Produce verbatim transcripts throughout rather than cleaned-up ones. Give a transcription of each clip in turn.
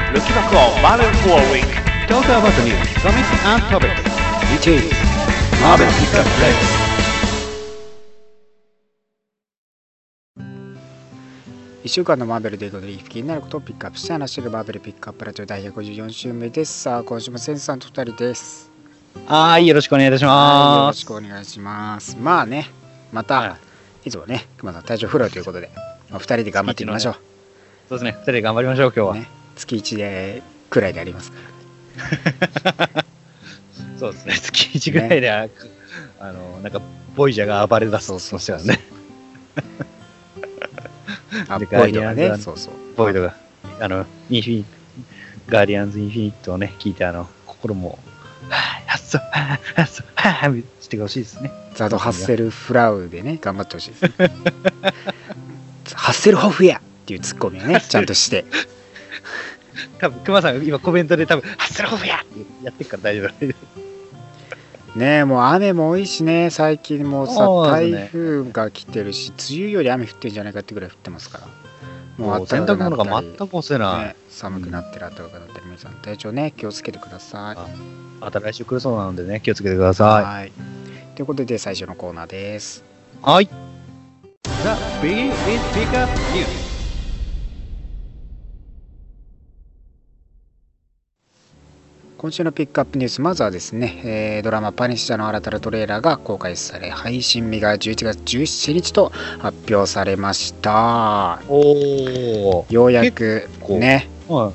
Looking back on Marvel for a week. Talk about the news, comics and topics. Which is Marvel Pickup Play. いっしゅうかんのマーベルということで気になることをピックアップして話しているマーベルピックアップラジオだいひゃくごじゅうよん週目です。さあ今週もセンさんとふたりです。 はい、よろしくお願いいたします。 はい、よろしくお願いします。まあね、また、はい、いつもね、熊さん体調不良ということでふたりで頑張っていきましょう。 そうですね、ふたりで頑張りましょう今日は、ね、 月いちでくらいでありますからそうですね、月いちぐらいで、ね、あのなんかボイジャーが暴れ出すとしてはねあ、ボイドがね、そうそう。 ボイドが、あの、インフィニガーディアンズ・インフィニットをね、聞いて、あの、心も、はぁ、やっそ、はぁ、やっそ、はぁ、してほしいですね。 ザド・ハッセル・フラウでね、頑張ってほしいですね。ハッセルホフやっていうツッコミをね、ちゃんとして。 多分、熊さん、今コメントで多分、ハッセルホフやってやってるから大丈夫。 ねえ、もう雨も多いしね、最近もうさ、台風が来てるし、梅雨より雨降ってるんじゃないかってぐらい降ってますから、 もう洗濯物が全く干せない、 ね、寒くなってる、暖かくなってる、皆さん体調ね、気をつけてください。 また来週来るそうなのでね、気をつけてください。 はい、ということで最初のコーナーです。 はい、 The Big is Pickup News。今週のピックアップニュース、まずはですね、えー、ドラマパニッシャーの新たなトレーラーが公開され、配信日がじゅういちがつじゅうしちにちと発表されました。 おようやくね、 はい、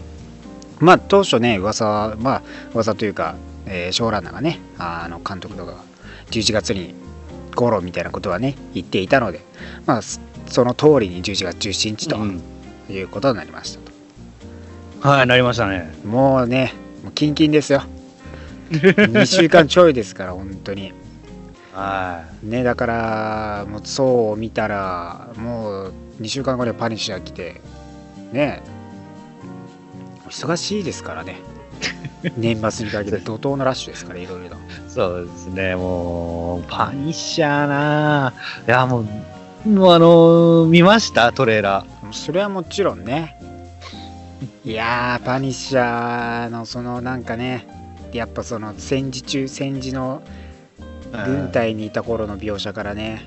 まあ当初ね、噂まあ噂というか、えー、ショーランナーがね、あの監督とかがじゅういちがつに頃みたいなことはね言っていたので、まあその通りにじゅういちがつじゅうしちにちということになりましたと、 うん、はい、なりましたね。 もうね、もうキンキンですよにしゅうかんちょいですから本当に、 はいね、だからもうそう見たらもうにしゅうかんごにはパニッシャー来てね、忙しいですからね年末にかけて怒涛のラッシュですから、いろいろと。 そうですね、もうパニッシャーな、いやもうもうあのー、見ましたトレーラー。 それはもちろんね。いやー、パニッシャーのそのなんかね、やっぱその戦時中戦時の軍隊にいた頃の描写からね、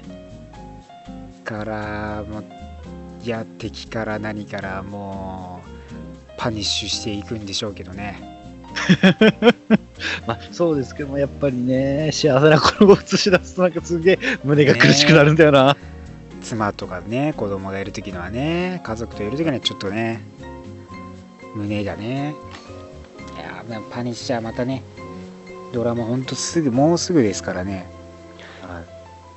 からもういや敵から何からもうパニッシュしていくんでしょうけどねまあそうですけども、やっぱりね、幸せな頃を映し出すとなんかすげえ胸が苦しくなるんだよな、ね、 妻とかね、子供がいる時のはね、家族といる時にはちょっとね胸がね。いやー、パニッシャーまたね、ドラマほんとすぐ、もうすぐですからね、はい、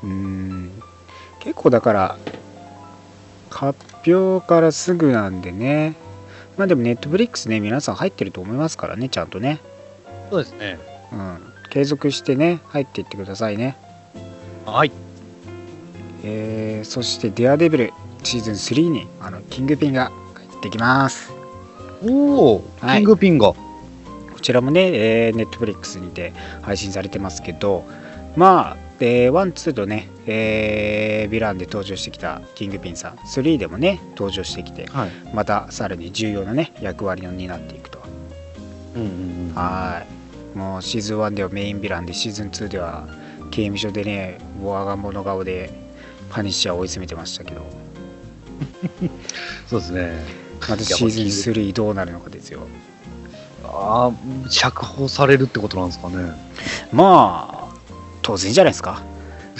うーん結構だから発表からすぐなんでね。まあでもネットフリックスね、皆さん入ってると思いますからね、ちゃんとね。 そうですね、 うん、継続してね入っていってくださいね。 はい、 えー、そしてデアデビルシーズンスリーにあのキングピンが入ってきます。 おお、はい、キングピンがこちらもね、えー、ネットフリックスにて配信されてますけど、まあ、えー、ワン、ツーとね、えー、ヴィランで登場してきたキングピンさん、スリーでもね登場してきて、はい、またさらに重要なね役割を担っていくと、うんうんうん、はい、もうシーズンワンではメインヴィランで、シーズンツーでは刑務所でね我が物顔でパニッシャーを追い詰めてましたけどそうですね、 またシーズンスリーどうなるのかですよ。 ああ、釈放されるってことなんですかね。 まあ当然じゃないですか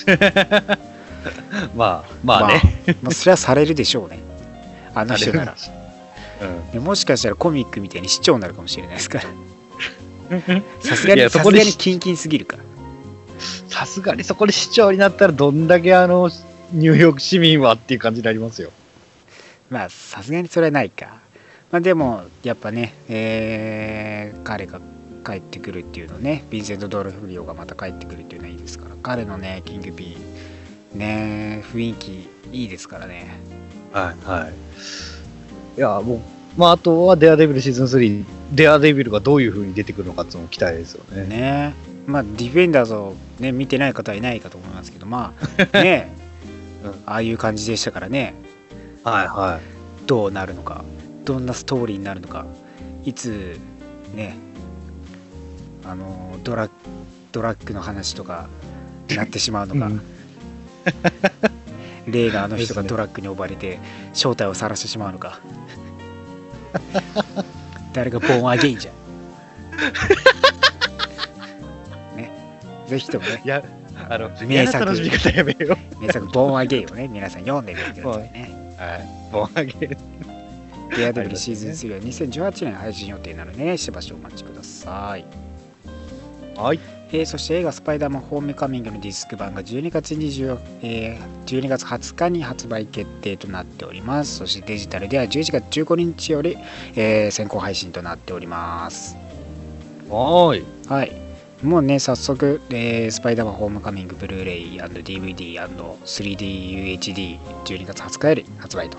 まあまあね、 まあ、まあ、それはされるでしょうね、あの人なら、うん、でもしかしたらコミックみたいに市長になるかもしれないですからさすがにさすがにキンキンすぎるから、 さすがにそこで市長になったらどんだけあのニューヨーク市民はっていう感じになりますよ。 まあさすがにそれはないか。まあでもやっぱね、えー、彼が帰ってくるっていうのね、ヴィンセント・ドルフリオがまた帰ってくるっていうのはいいですから、彼のねキングピンね雰囲気いいですからね。 はいはい。いやもうまああとはデアデビルシーズンスリー、デアデビルがどういう風に出てくるのかっていうのも期待ですよね。 ね、まあディフェンダーズをね見てない方はいないかと思いますけど、まあね、うん、ああいう感じでしたからね。 はいはい。 どうなるのかどんなストーリーになるのか、いつねあのドラドラッグの話とかなってしまうのか、うん、例のあの人がドラッグに追われて正体を晒してしまうのか誰がボーンアゲインじゃんね、ぜひともね、いやあの名作楽しみ方やめよう名作ボーンアゲインをね皆さん読んでみてくださいね。 はい、ボーンアゲインデアデブリシーズンスリーはにせんじゅうはちねん配信予定なのでね、しばしお待ちください。 はい、 えー、そして映画スパイダーマンホームカミングのディスク版がじゅうにがつにじゅう、えー、じゅうにがつはつかに発売決定となっております。そしてデジタルではじゅういちがつじゅうごにちより、えー、先行配信となっております。 はーい、 はい、もうね早速、えー、スパイダーマンホームカミングブルーレイ&ディーブイディー&スリーディーユーエイチディーじゅうにがつはつかより発売と、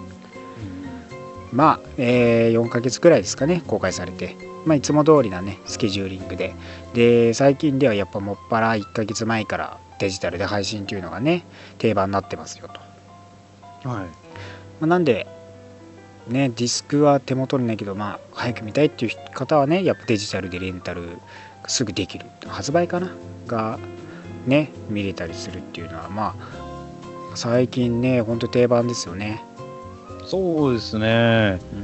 まあ、えー、よんかげつくらいですかね公開されて、まあ、いつも通りなねスケジューリングで、で最近ではやっぱもっぱらいっかげつまえからデジタルで配信というのがね定番になってますよと、はい、まあ、なんでねディスクは手元にないけど、まあ早く見たいっていう方はねやっぱデジタルでレンタルすぐできる発売かながね見れたりするっていうのはまあ最近ねほんと定番ですよね。 そうですね、うん、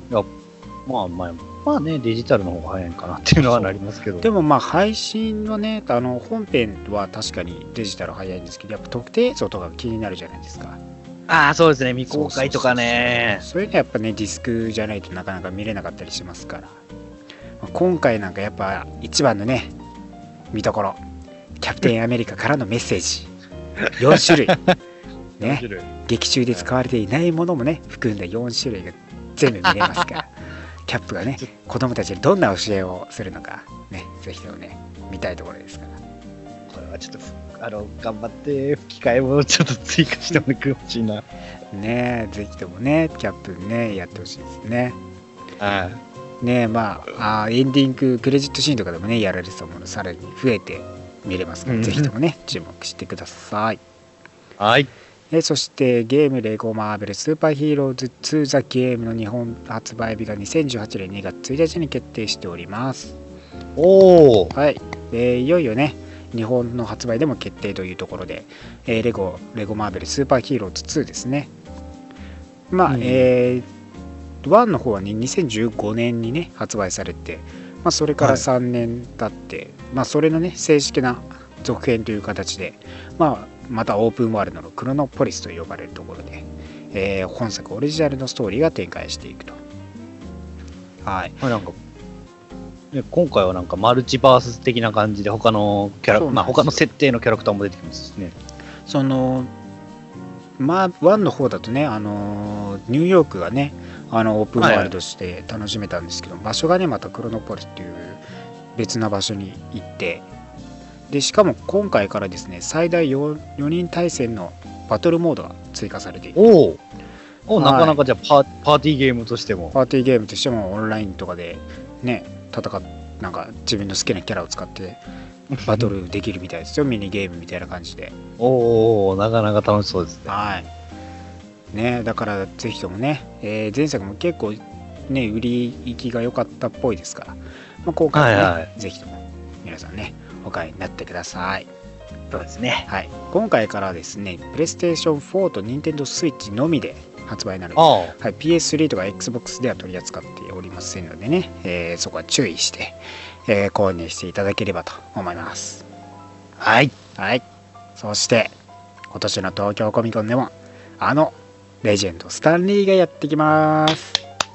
いやまあまあまあねデジタルの方が早いんかなっていうのはなりますけど、 でもまあ配信はねあの本編は確かにデジタル早いんですけど、やっぱ特定映像とか気になるじゃないですか。 ああそうですね、未公開とかね、 そういうのはやっぱねディスクじゃないとなかなか見れなかったりしますから、今回なんかやっぱ一番のね見どころキャプテンアメリカからのメッセージよんしゅるいね、劇中で使われていないものもね含んだよんしゅるいが全部見れますからキャップがね子供たちにどんな教えをするのかねぜひともね見たいところですから、 これはちょっとあの頑張って吹き替えをちょっと追加してもらってほしいなね、ぜひともねキャップねやってほしいですね。 ああねまああエンディングクレジットシーンとかでもねやられてたものさらに増えて見れますから、うん、ぜひともね注目してください。 はい。 えそしてゲームレゴマーベルスーパーヒーローズツーザゲームの日本発売日がにせんじゅうはちねんにがつついたちに決定しております。 おお。 はい、えー、いよいよね日本の発売でも決定というところで、えー、レゴレゴマーベルスーパーヒーローズツーですね。まあ、うん、えー、ワンの方はねにせんじゅうごねんにね発売されて、まあ、それからさんねん経って、はい、まあそれのね正式な続編という形で、まあまたオープンワールドのクロノポリスと呼ばれるところで、えー、本作オリジナルのストーリーが展開していくと。はい。 なんかね、今回はなんかマルチバース的な感じで他のキャラ、まあ他の設定のキャラクターも出てきますしね。 そのまあワンの方だとね、あのニューヨークがね、あのオープンワールドして楽しめたんですけど、はいはい、場所がねまたクロノポリスっていう別な場所に行って。でしかも今回からですね最大 4, よにん対戦のバトルモードが追加されている。 おお、なかなかじゃあ パ, パーティーゲームとしてもパーティーゲームとしてもオンラインとかでね戦っなんか自分の好きなキャラを使ってバトルできるみたいですよミニゲームみたいな感じで。 おお、なかなか楽しそうですね。 はいね、だからぜひともね、えー、前作も結構ね売り行きが良かったっぽいですから、まあ、今回はね、はいはい、ぜひとも皆さんねお買いになってください。 そうですね。 はい。今回からですね、プレイステーションフォーと Nintendo Switch のみで発売なので、はい、ピーエススリー とか Xbox では取り扱っておりませんのでね、えー、そこは注意して、えー、購入していただければと思います。 はい。 はい。そして今年の東京コミコンでもあのレジェンドスタンリーがやってきます。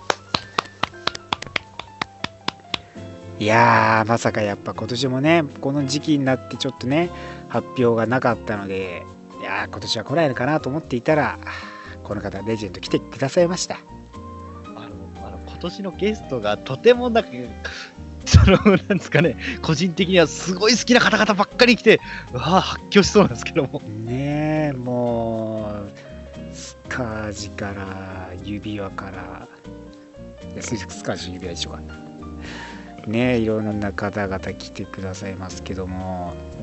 いやーまさかやっぱ今年もねこの時期になってちょっとね発表がなかったので、いやー今年は来ないのかなと思っていたらこの方レジェンド来てくださいました。 あのあの今年のゲストがとてもなんかそのなんですかね個人的にはすごい好きな方々ばっかり来てうわー発狂しそうなんですけどもねえ、もうスカージから指輪からスカージ指輪一緒かなね、いろんな方々来てくださいますけども、うん、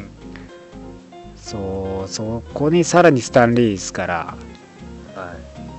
そうそこにさらにスタンリーですから、 は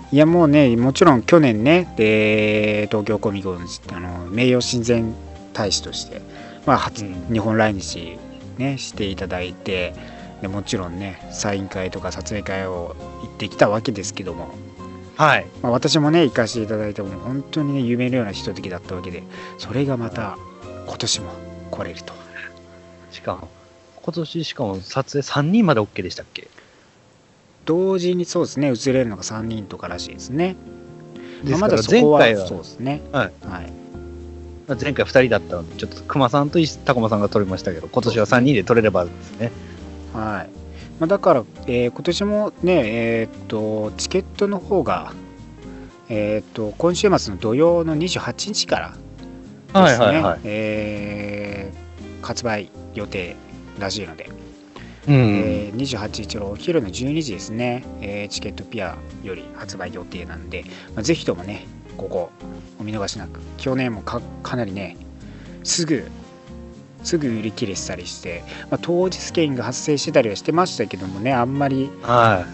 いやもうね、もちろん去年ね、で東京コミコンあの名誉親善大使として、まあ初、うん、日本来日、ね、していただいて、でもちろんね、サイン会とか撮影会を行ってきたわけですけども、 はい、 まあ、私もね、行かせていただいても、本当にね、夢のようなひとときだったわけで、それがまた今年も来れると。 しかも、今年しかも撮影さんにんまで OK でしたっけ？ 同時にそうですね、映れるのがさんにんとからしいですね。 ですから前回は、 そうですね。 はい。はい、前回ふたりだったので、ちょっと熊さんとタコマさんが撮りましたけど、今年はさんにんで撮れればですね。 はい。まあ、だから、えー、今年もね、えー、っと、チケットの方が、えー、っと、今週末の土曜のにじゅうはちにちからですね、はいはいはい、えー、発売予定らしいので、うん、えー、にじゅうはちにちのお昼のじゅうにじですね、えー、チケットピアより発売予定なんで、まあ、ぜひともね、ここお見逃しなく。去年も か, かなりね、すぐすぐ売り切れしたりして、まあ、当日券が発生してたりはしてましたけどもね、あんまりね、はい、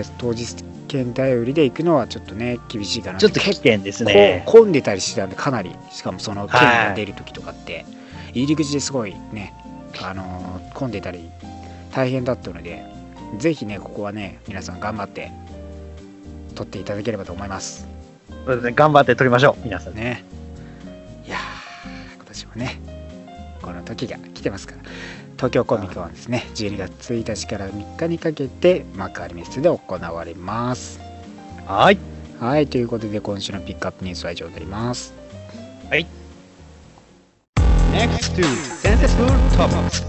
当日券頼りで行くのはちょっとね、厳しいかな。 ちょっと危険ですね。 混んでたりしてたんで、かなり、しかもその券が出るときとかって、はい、入り口ですごいね、あのー、混んでたり大変だったので、ぜひね、ここはね、皆さん頑張って取っていただければと思います。 そうですね、頑張って取りましょう、皆さんね。いやー、今年もね、この時が来てますから、東京コミコンですね、じゅうにがつついたちからみっかにかけて幕張メッセで行われます。 はいはい、ということで今週のピックアップニュースは以上になります。 はい。 Next to Sensible Topics。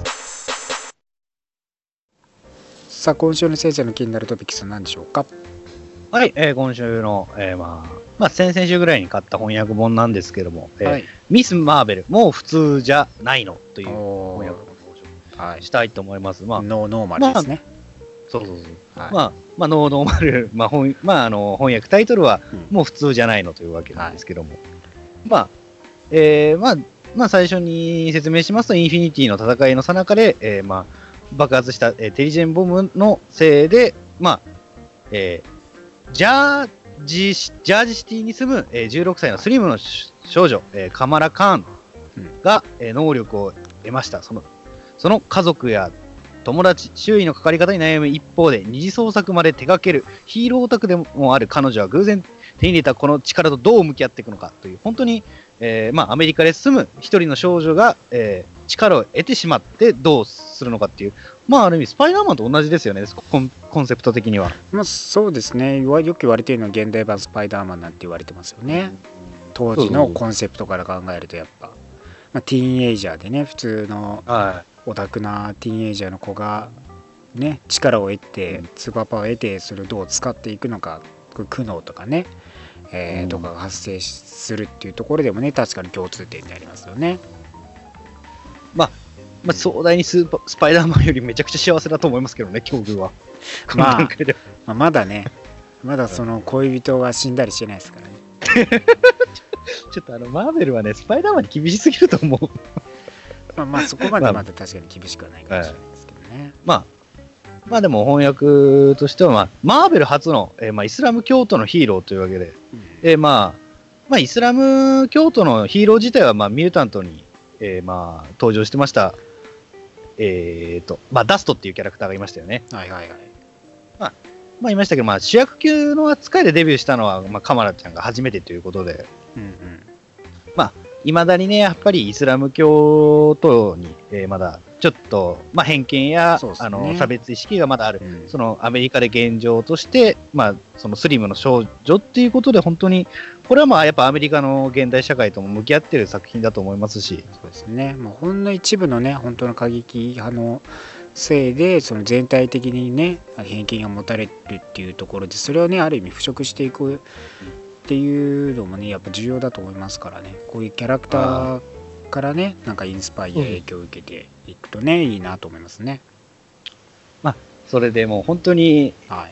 さあ、今週の先生の気になるトピックスは何でしょうか？ はい、えー、今週の、えー、まあまあ、先々週ぐらいに買った翻訳本なんですけども、えーはい、ミス・マーベル、もう普通じゃないのという翻訳本をしたいと思います。まあ、 ノーノーマルですね。 まあ、そうそうそう。はい、まあ、まあ、ノーノーマル、まあ翻まあ、あの翻訳タイトルは、もう普通じゃないのというわけなんですけども、はい、まあ、えー、まあ、まあ、最初に説明しますと、インフィニティの戦いの最中で、えー、まあ、爆発した、えー、テリジェンボムのせいで、まあ、えー、ジャージジャージシティに住む、えー、じゅうろくさいのスリムの少女、えー、カマラ・カーンが、うん、えー、能力を得ました。そのその家族や友達、周囲のかかり方に悩む一方で、二次創作まで手掛けるヒーローオタクでもある彼女は偶然手に入れたこの力とどう向き合っていくのかという、本当に、えーまあ、アメリカで住む一人の少女が、えー、力を得てしまってどうするのかっていう、まあ、ある意味スパイダーマンと同じですよね、コン、コンセプト的には。 まあ、そうですね、よく言われているのは現代版スパイダーマンなんて言われてますよね。当時のコンセプトから考えるとやっぱ、まあ、ティーンエイジャーでね、普通のオタクなティーンエイジャーの子が、ね、力を得て、スーパーパワーを得て、それをどう使っていくのか、苦悩とかね、えー、とかが発生するっていうところでもね、確かに共通点でありますよね。 まあ、まあ、壮大にスーパスパイダーマンよりめちゃくちゃ幸せだと思いますけどね、境遇は。 まあ、まあ、まだね、まだその恋人が死んだりしてないですからね。 ちょっとあのマーベルはね、スパイダーマンに厳しすぎると思う。 まあまあ、そこまでまだ確かに厳しくはないかもしれないですけどね。 まあ、まあでも翻訳としては、まあ、マーベル初の、えーまあ、イスラム教徒のヒーローというわけで、うん、えーまあ、まあ、イスラム教徒のヒーロー自体は、まあ、ミュータントに、えーまあ、登場してました、えーとまあ、ダストっていうキャラクターがいましたよね。 はいはいはい。 まあ、まあ、いましたけど、まあ、主役級の扱いでデビューしたのは、まあ、カマラちゃんが初めてということで、うんうん、まあ、いまだにね、やっぱりイスラム教徒に、えー、まだちょっと、まあ、偏見や、ね、あの差別意識がまだある、うん、そのアメリカで現状として、まあ、そのスリムの少女っていうことで、本当に、これはまあやっぱアメリカの現代社会とも向き合っている作品だと思いますし、 そうですね、まあ、ほんの一部のね、本当の過激派のせいで、その全体的にね、偏見が持たれるっていうところで、それをね、ある意味払拭していくっていうのもね、やっぱ重要だと思いますからね、こういうキャラクターからね、なんかインスパイア影響を受けていくとね、うん、いいなと思いますね。 まあ、それでもう本当に、 はい、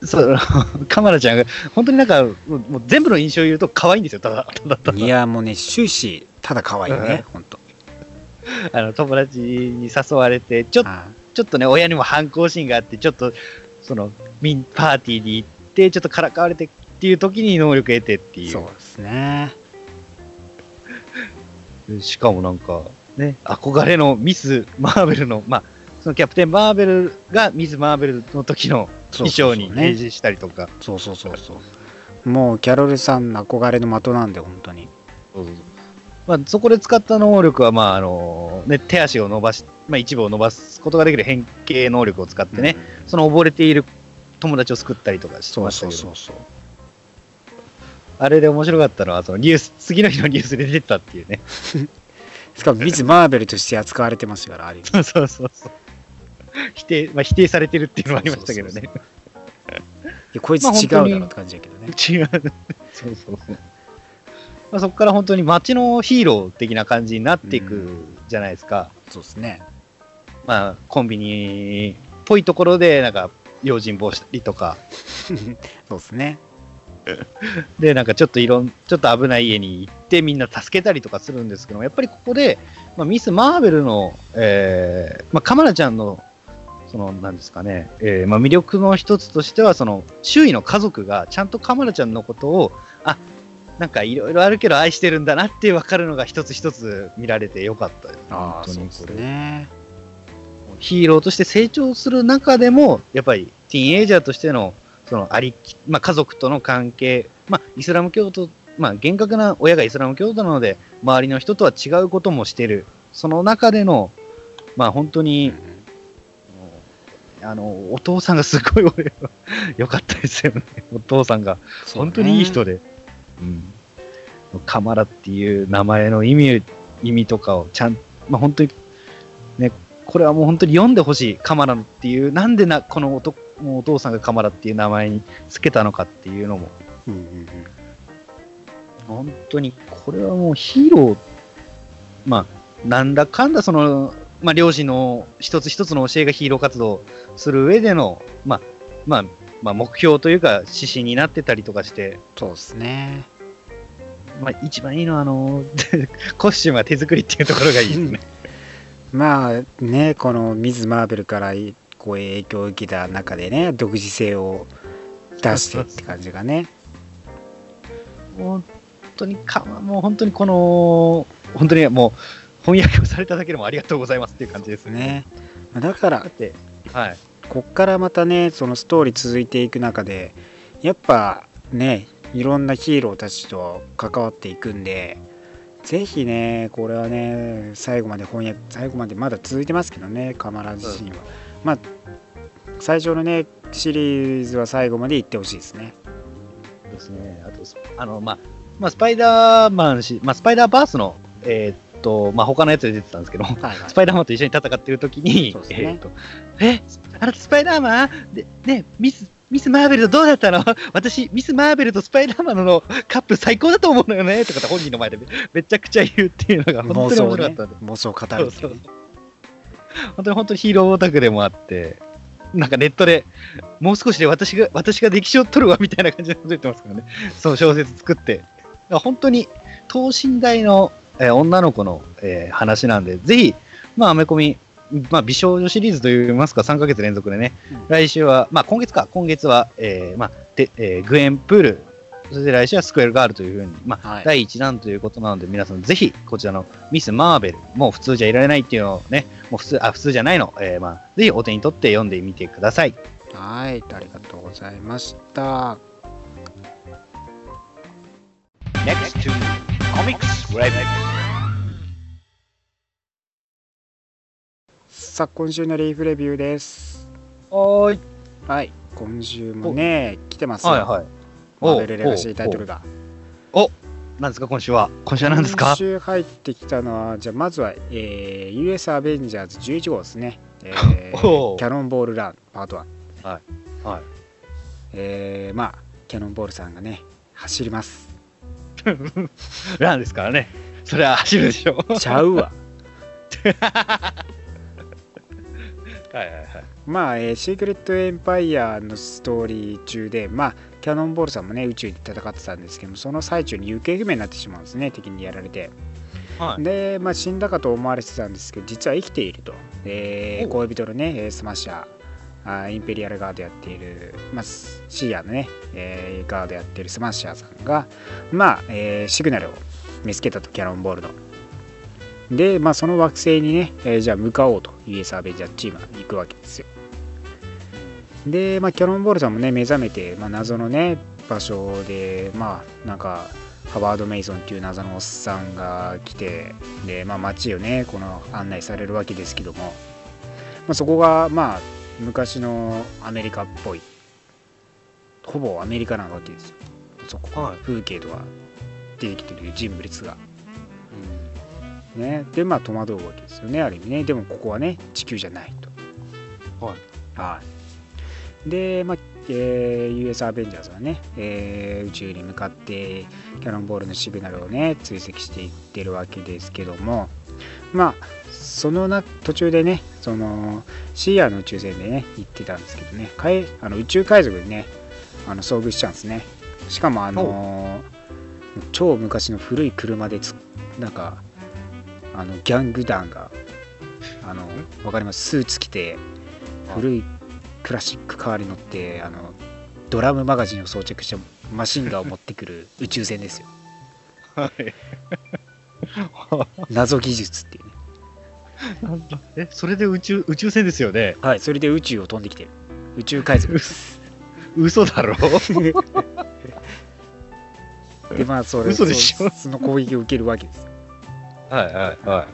そうカマラちゃんが本当になんかもう全部の印象を言うと可愛いんですよ、ただただただ。 いやもうね、終始ただ可愛いね、うん、本当。 あの友達に誘われてちょ、ちょっとね、親にも反抗心があって、ちょっとそのミンパーティーに行ってちょっとからかわれてっていう時に能力得てっていう。 そうですね。 しかもなんか、ね、憧れのミス・マーベルの、まあ、そのキャプテン・マーベルがミス・マーベルの時の衣装に提示したりとか。 そうそうそうそう。もうキャロルさんの憧れの的なんで、本当に。 そうそうそう。まあ、そこで使った能力は、まああのね、手足を伸ばし、まあ、一部を伸ばすことができる変形能力を使ってね、うん、その溺れている友達を救ったりとかしてましたけど、そうそうそうそう、あれで面白かったのはそのニュース、次の日のニュースで出てたっていうね。 しかもミズ・マーベルとして扱われてましたから、あれ。 そうそうそうそう。否定、まあ、否定されてるっていうのもありましたけどね。そうそうそういやこいつ違うだろうって感じだけどね。 違う。そうそうそう。まあ、そこから本当に街のヒーロー的な感じになっていくじゃないですか。 うん、そうですね。 まあ、コンビニっぽいところで、なんか、用心棒したりとか。 そうですね。 で、なんかちょっといろん、ちょっと危ない家に行ってみんな助けたりとかするんですけども、やっぱりここで、まあ、ミス・マーベルの、えー、まあ、カマラちゃんの、その、なんですかね、えー、まあ、魅力の一つとしては、その、周囲の家族がちゃんとカマラちゃんのことを、あ、なんかいろいろあるけど愛してるんだなって分かるのが一つ一つ見られてよかったです。 ああ、そうですね。 ヒーローとして成長する中でも、やっぱりティーンエイジャーとしての、そのありき、まあ、家族との関係、まあ、イスラム教徒、まあ、厳格な親がイスラム教徒なので、周りの人とは違うこともしてる。その中での、まあ、本当に、うん、あの、お父さんがすごい俺は良かったですよね。お父さんが、本当にいい人で。うん、カマラっていう名前の意味、意味とかをちゃん、まあ、本当に、ね、これはもう本当に読んでほしい、カマラっていう、なんでなこの お, お父さんがカマラっていう名前につけたのかっていうのも、うんうんうん、本当にこれはもうヒーロー、まあ、なんだかんだその、まあ、両親の一つ一つの教えがヒーロー活動する上での、まあ、まあ、まあ、目標というか指針になってたりとかして、 そうですね。 まあ、一番いいのはあのコスチュームは手作りっていうところがいいですね。 まあね、このミズ・マーベルからこう影響を受けた中でね、独自性を出してって感じがね。 本当にか、もう本当にこの本当にもう翻訳をされただけでもありがとうございますっていう感じですね。 だからだって、はい。 こっからまたね、そのストーリー続いていく中で、やっぱね、いろんなヒーローたちと関わっていくんで、ぜひね、これはね、最後まで翻訳、最後までまだ続いてますけどね、カマラ自身は。まあ、最初のね、シリーズは最後まで行ってほしいですね。 ですね。あと、あの、まあ、まあ、スパイダーマンし、まあ、スパイダーバースの、えーっと、まあ、他のやつで出てたんですけど、はいはい、スパイダーマンと一緒に戦ってる時に、ね、えーっと、え、あなたスパイダーマンで、ね、ミス、ミス・マーベルとどうだったの？私、ミス・マーベルとスパイダーマンのカップ最高だと思うのよねとか本人の前で め, めちゃくちゃ言うっていうのが本当に面白かったんで。 妄想語るっていう、ね。そうそう。 本当に本当にヒーローオタクでもあって、なんかネットでもう少しで私が私が歴史を取るわみたいな感じで言ってますからね。その小説作って。本当に等身大の、えー、女の子の、えー、話なんで、ぜひ、まあ、アメコミ、まあ、美少女シリーズといいますか、さんかげつ連続でね、うん、来週は、まあ、今月か、今月は、えーまあでえー、グエンプール、そして来週はスクエルガールというふうに、まあはい、だいいちだんということなので、皆さんぜひ、こちらのミス・マーベル、もう普通じゃいられないっていうのをね、もう普通、あ、普通じゃないの、えーまあ、ぜひお手に取って読んでみてください。 はい、ありがとうございました。Next to Comics Review。さあ、今週のリーフレビューです。 はーい。 はい、今週もね、来てますよ。はいはい。マーベルレガシータイトルが。 お、何ですか、今週は。今週は何ですか。 今週入ってきたのは、じゃあまずは、えー、ユーエス アベンジャーズじゅういち号ですね。えー、キャノンボールランパートワン。 はい。はい。 えー、まあ、キャノンボールさんがね、走ります。 ランですからね。それは走るでしょ。 ちゃうわ。 はいはいはい、 まあ、えー、シークレットエンパイアのストーリー中で、まあ、キャノンボールさんもね宇宙で戦ってたんですけども、その最中に行方不明になってしまうんですね、敵にやられて、はい、で、まあ、死んだかと思われてたんですけど、実は生きていると、えー、恋人のねスマッシャあインペリアルガードやっている、まあ、シーアのね、えー、ガードやっているスマッシャーさんが、まあえー、シグナルを見つけたと、キャノンボールの。で、まあ、その惑星にね、えー、じゃあ向かおうと ユーエス アベンジャーチームが行くわけですよ。で、まあ、キャノンボールさんもね目覚めて、まあ、謎のね場所で、まあなんかハワード・メイソンっていう謎のおっさんが来て、で、まあ、街をねこの案内されるわけですけども、まあ、そこがまあ昔のアメリカっぽい、ほぼアメリカなわけですよ。そこ、はい、風景とか出てきてる人物が、うんね、でまあ戸惑うわけですよね、ある意味ね。でもここはね地球じゃないと。はい、はい、でまあえー、ユーエス アベンジャーズはね、えー、宇宙に向かってキャノンボールのシグナルをね追跡していってるわけですけども、まあそのな途中でねそのシーアーの宇宙船でね行ってたんですけどね、あの宇宙海賊にねあの遭遇しちゃうんですね。しかもあのー、超昔の古い車でつなんかあのギャング団があのわかります、スーツ着て古いクラシックカーに乗ってあのドラムマガジンを装着したマシンガンを持ってくる宇宙船ですよ。はい。謎技術っていうね。 なんだえそれで宇宙宇宙船ですよね。 はい、それで宇宙を飛んできてる宇宙海賊です。 嘘だろ。 でまあそれ嘘でしょ。 その攻撃を受けるわけですよ。 はいはいはい。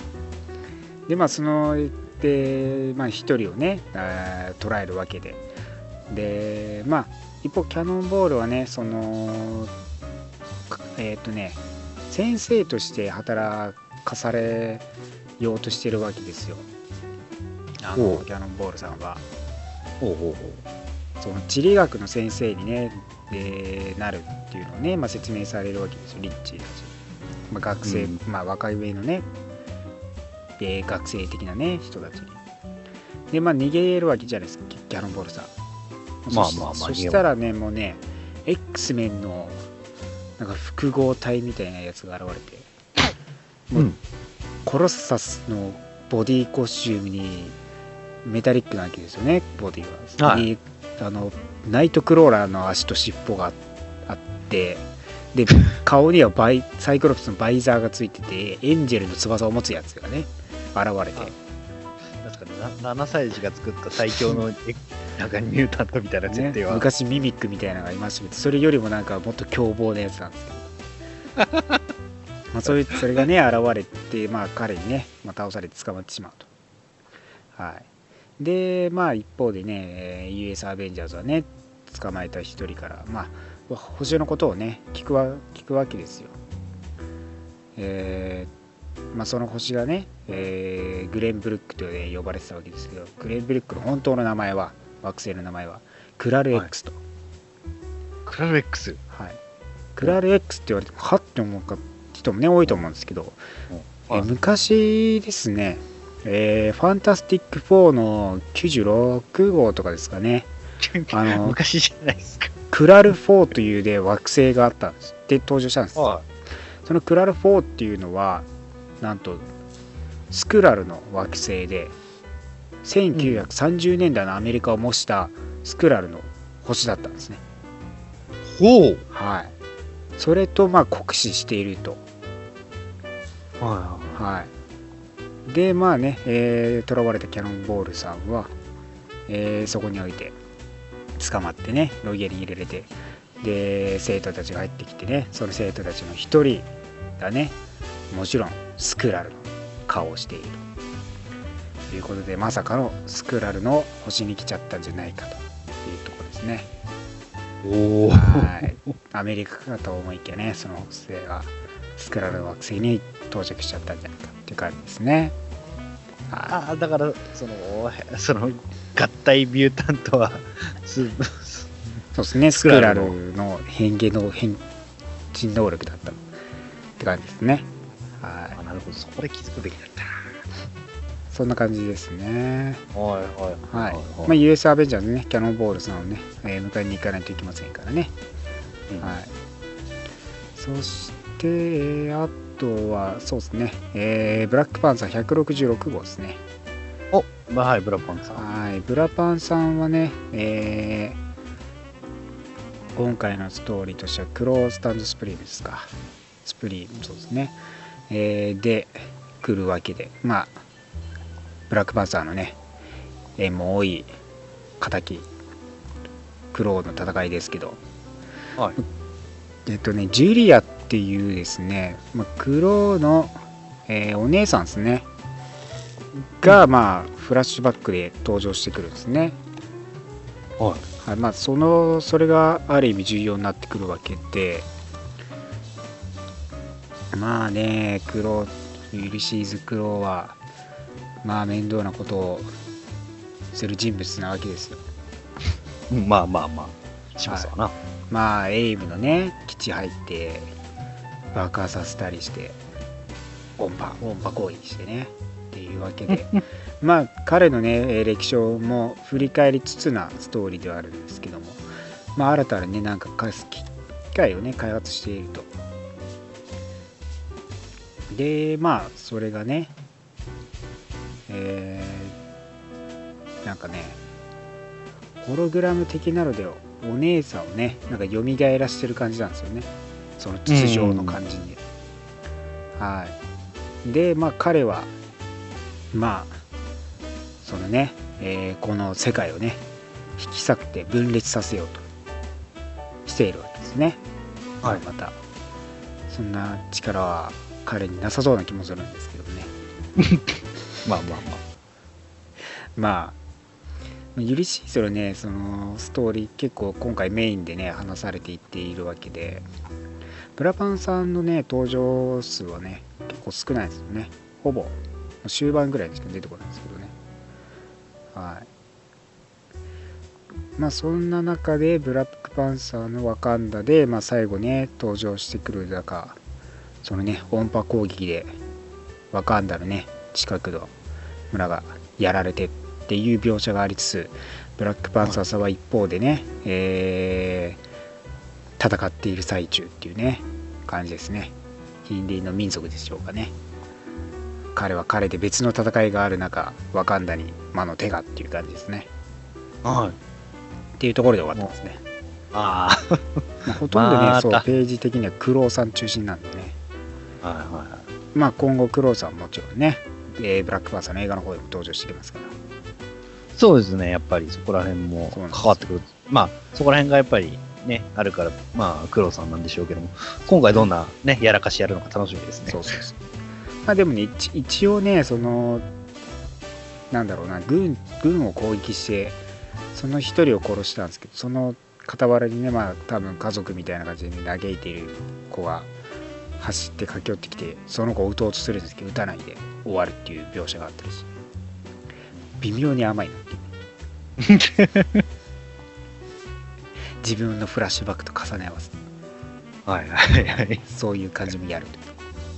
でまあそのでまあ一人をね捉えるわけで、でまあ一方キャノンボールはねそのえっとね先生として働かされようとしてるわけですよ、あのキャノンボールさんは。ほうほうほう。その地理学の先生にねでなるっていうのをね、まあ、説明されるわけですよ、リッチーたち、まあ、学生、うん、まあ若い上のねで学生的なね人たちにでまあ逃げるわけじゃないですかキャノンボールさん。まあまあまあそしたらねもうね X メンのなんか複合体みたいなやつが現れて、うん、もうコロッサスのボディコスチュームにメタリックなわけですよね、ボディが、はい、あのナイトクローラーの足と尻尾があってで顔にはバイサイクロプスのバイザーがついててエンジェルの翼を持つやつがね現れて、 確かにななさい児が作った最強のなんかミュータントみたいな設定は、 ね、昔ミミックみたいなのがいましたけど、それよりもなんかもっと凶暴なやつなんですけどまあそういうそれがね現れて、まあ、彼にね、まあ、倒されて捕まってしまうと。はい、でまあ一方でね ユーエス アベンジャーズはね捕まえた一人からまあ星のことをね聞くわ聞くわけですよ。えーまあ、その星がね、えー、グレンブルックと、ね、呼ばれてたわけですけど、グレンブルックの本当の名前は惑星の名前はクラル X と、はい、 クラル X、 はい、クラル X って言われてもはって思う人もね多いと思うんですけど、はい、え昔ですね、えー、ファンタスティックフォーのきゅうじゅうろくごうとかですかねあの昔じゃないですか。 クラルフォーというで惑星があったんですで登場したんです、はい、そのクラルフォーっていうのはなんとスクラルの惑星でせんきゅうひゃくさんじゅうねんだいのアメリカを模したスクラルの星だったんですね。 ほう、 はい、それとまあ酷使していると。 はい、 はい、でまあね、えー、囚われたキャノンボールさんは、えー、そこにおいて捕まってねロゲに入れられて、で生徒たちが入ってきてね、その生徒たちの一人がねもちろんスクラルの顔をしているということで、まさかのスクラルの星に来ちゃったんじゃないかというところですね。 おはいアメリカかと思いきやね、その惑星がスクラルの惑星に到着しちゃったんじゃないかっていう感じですね。 ああだからそのその合体ミュータントはそうですね、スクラルの変化の変身能力だったって感じですね。 はい、あなるほど、そこで気づくべきだった。 そんな感じですね。 はいはいはい、はい、 まあ、ユーエス アベンジャーズね、キャノンボールさんをね、えー、迎えに行かないといけませんからね。うん、はい。そしてあとはそうですね、えー、ブラックパンサーひゃくろくじゅうろくごうですね。 おはい、ブラパンさん。 はい、ブラパンさんはね、えー、今回のストーリーとしてはクロースタンドスプリームですか。スプリーム、そうですね。えー、で、来るわけで、まあ、ブラックパンサーのね、縁も多い敵、クローの戦いですけど、 はい。 えっとね、ジュリアっていうですね、まあ、クローの、えーお姉さんですね。が、まあ、フラッシュバックで登場してくるんですね。 はい。 はい、まあ、その、それがある意味重要になってくるわけで、まあね、クロー、ユリシーズ・クローは、まあ、面倒なことをする人物なわけですよ。 うんまあまあまあ、しますわな。 まあ、エイムのね、基地入って、爆破させたりして、音波、音波攻撃してね、っていうわけで、まあ、彼のね、歴史をも振り返りつつなストーリーではあるんですけども、まあ、新たなね、なんか機械をね、開発していると。で、まあ、それがね、えー、なんかね、ホログラム的なので、お姉さんをね、なんか蘇らしてる感じなんですよね。その筒状の感じに。はい。で、まあ、彼は、まあ、そのね、えーこの世界をね、引き裂くて分裂させようとしているわけですね。 はい。 また、そんな力は彼になさそうな気もするんですけどね。 まあまあまあ。 まあ、ユリシーズのね、そのストーリー結構今回メインでね、話されていっているわけで、ブラパンさんのね、登場数はね、結構少ないですよね。ほぼ終盤ぐらいにしか出てこないんですけどね。はい。まあそんな中でブラックパンサーのワカンダで、まあ、最後ね登場してくる中、そのね音波攻撃でワカンダのね近くの村がやられてっていう描写がありつつ、ブラックパンサーさんは一方でね、えー、戦っている最中っていうね感じですね。ヒンディーの民族でしょうかね。彼は彼で別の戦いがある中、ワカンダに魔の手がっていう感じですね。 はい。 っていうところで終わってますね。 あまあ、ほとんどね、 またそうページ的にはクロウさん中心なんでね。 あ。はいはいはい。 まあ今後クロウさんもちろんね、えーブラックパンサーの映画の方でも登場してきますから。 そうですね、やっぱりそこら辺も関わってくる。まあ、そこら辺がやっぱりね、あるから、まあ、黒さんなんでしょうけども、今回どんなね、やらかしやるのか楽しみですね。 そうそうそう。まあでもね、一一応ね、その、なんだろうな、軍、軍を攻撃して、その一人を殺したんですけど、その傍らにね、まあ多分家族みたいな感じで、ね、嘆いている子が走って駆け寄ってきて、その子を撃とうとするんですけど、撃たないで終わるっていう描写があったりして、微妙に甘いなっていうね。自分のフラッシュバックと重ね合わせて、 はいはいはい。 そういう感じもやるというとこ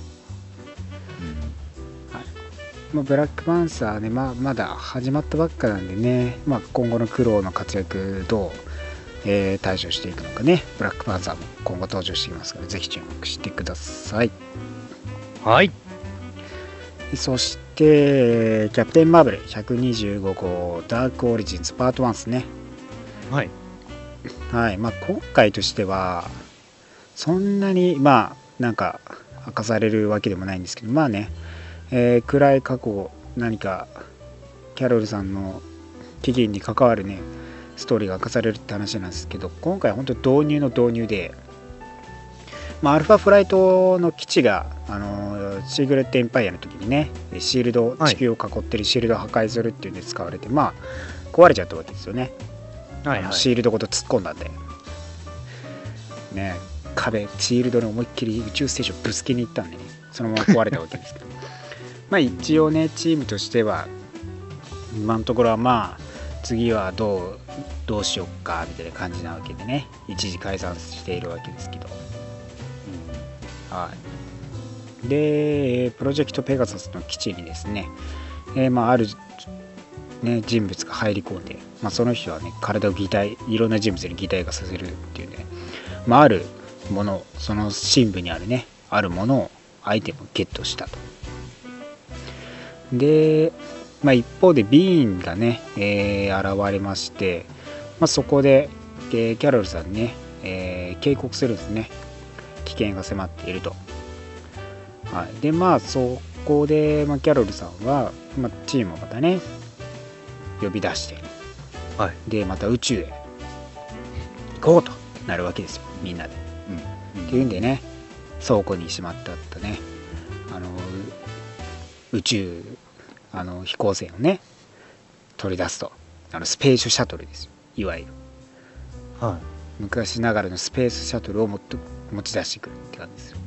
ろ、はい。まあ、ブラックパンサーね、まあ、まだ始まったばっかなんでね、まあ、今後の苦労の活躍どう、えー対処していくのかね、ブラックパンサーも今後登場してきますからぜひ注目してください。 はい。 そしてキャプテンマーベルひゃくにじゅうご号ダークオリジンズパートワンですね。 はい。 はい。まあ今回としてはそんなにまあなんか明かされるわけでもないんですけど、まあね、えー暗い過去、何かキャロルさんの起源に関わるねストーリーが明かされるって話なんですけど、今回本当導入の導入で、まあ、アルファフライトの基地が、あのーシーグレットエンパイアの時にねシールド、地球を囲ってるシールドを破壊するっていうんで使われて、まあ壊れちゃったわけですよね。 はいはい。 シールドごと突っ込んだんでね、壁シールドに思いっきり宇宙ステーションぶつけに行ったんでね、そのまま壊れたわけですけどまあ一応ねチームとしては今のところはまあ次はどうどうしよっかみたいな感じなわけでね、一時解散しているわけですけど、うん、はいでプロジェクトペガサスの基地にですね、えー、まああるね、人物が入り込んで、まあ、その人はね体を擬態、いろんな人物に擬態化させるっていうね、まあ、あるもの、その深部にあるねあるものをアイテムをゲットしたと。でまあ、一方でビーンがね、えー、現れまして、まあ、そこで、えー、キャロルさんにね、えー、警告するんですね。危険が迫っていると。はい、でまあそこで、まあ、キャロルさんは、まあ、チームをまたね呼び出して、はい、でまた宇宙へ行こうとなるわけですよ、みんなで。うん、っていうんでね、倉庫にしまってあったね、あの宇宙あの飛行船をね取り出すと。あのスペースシャトルですよ、いわゆる、はい、昔ながらのスペースシャトルをもっと持ち出してくるって感じですよ。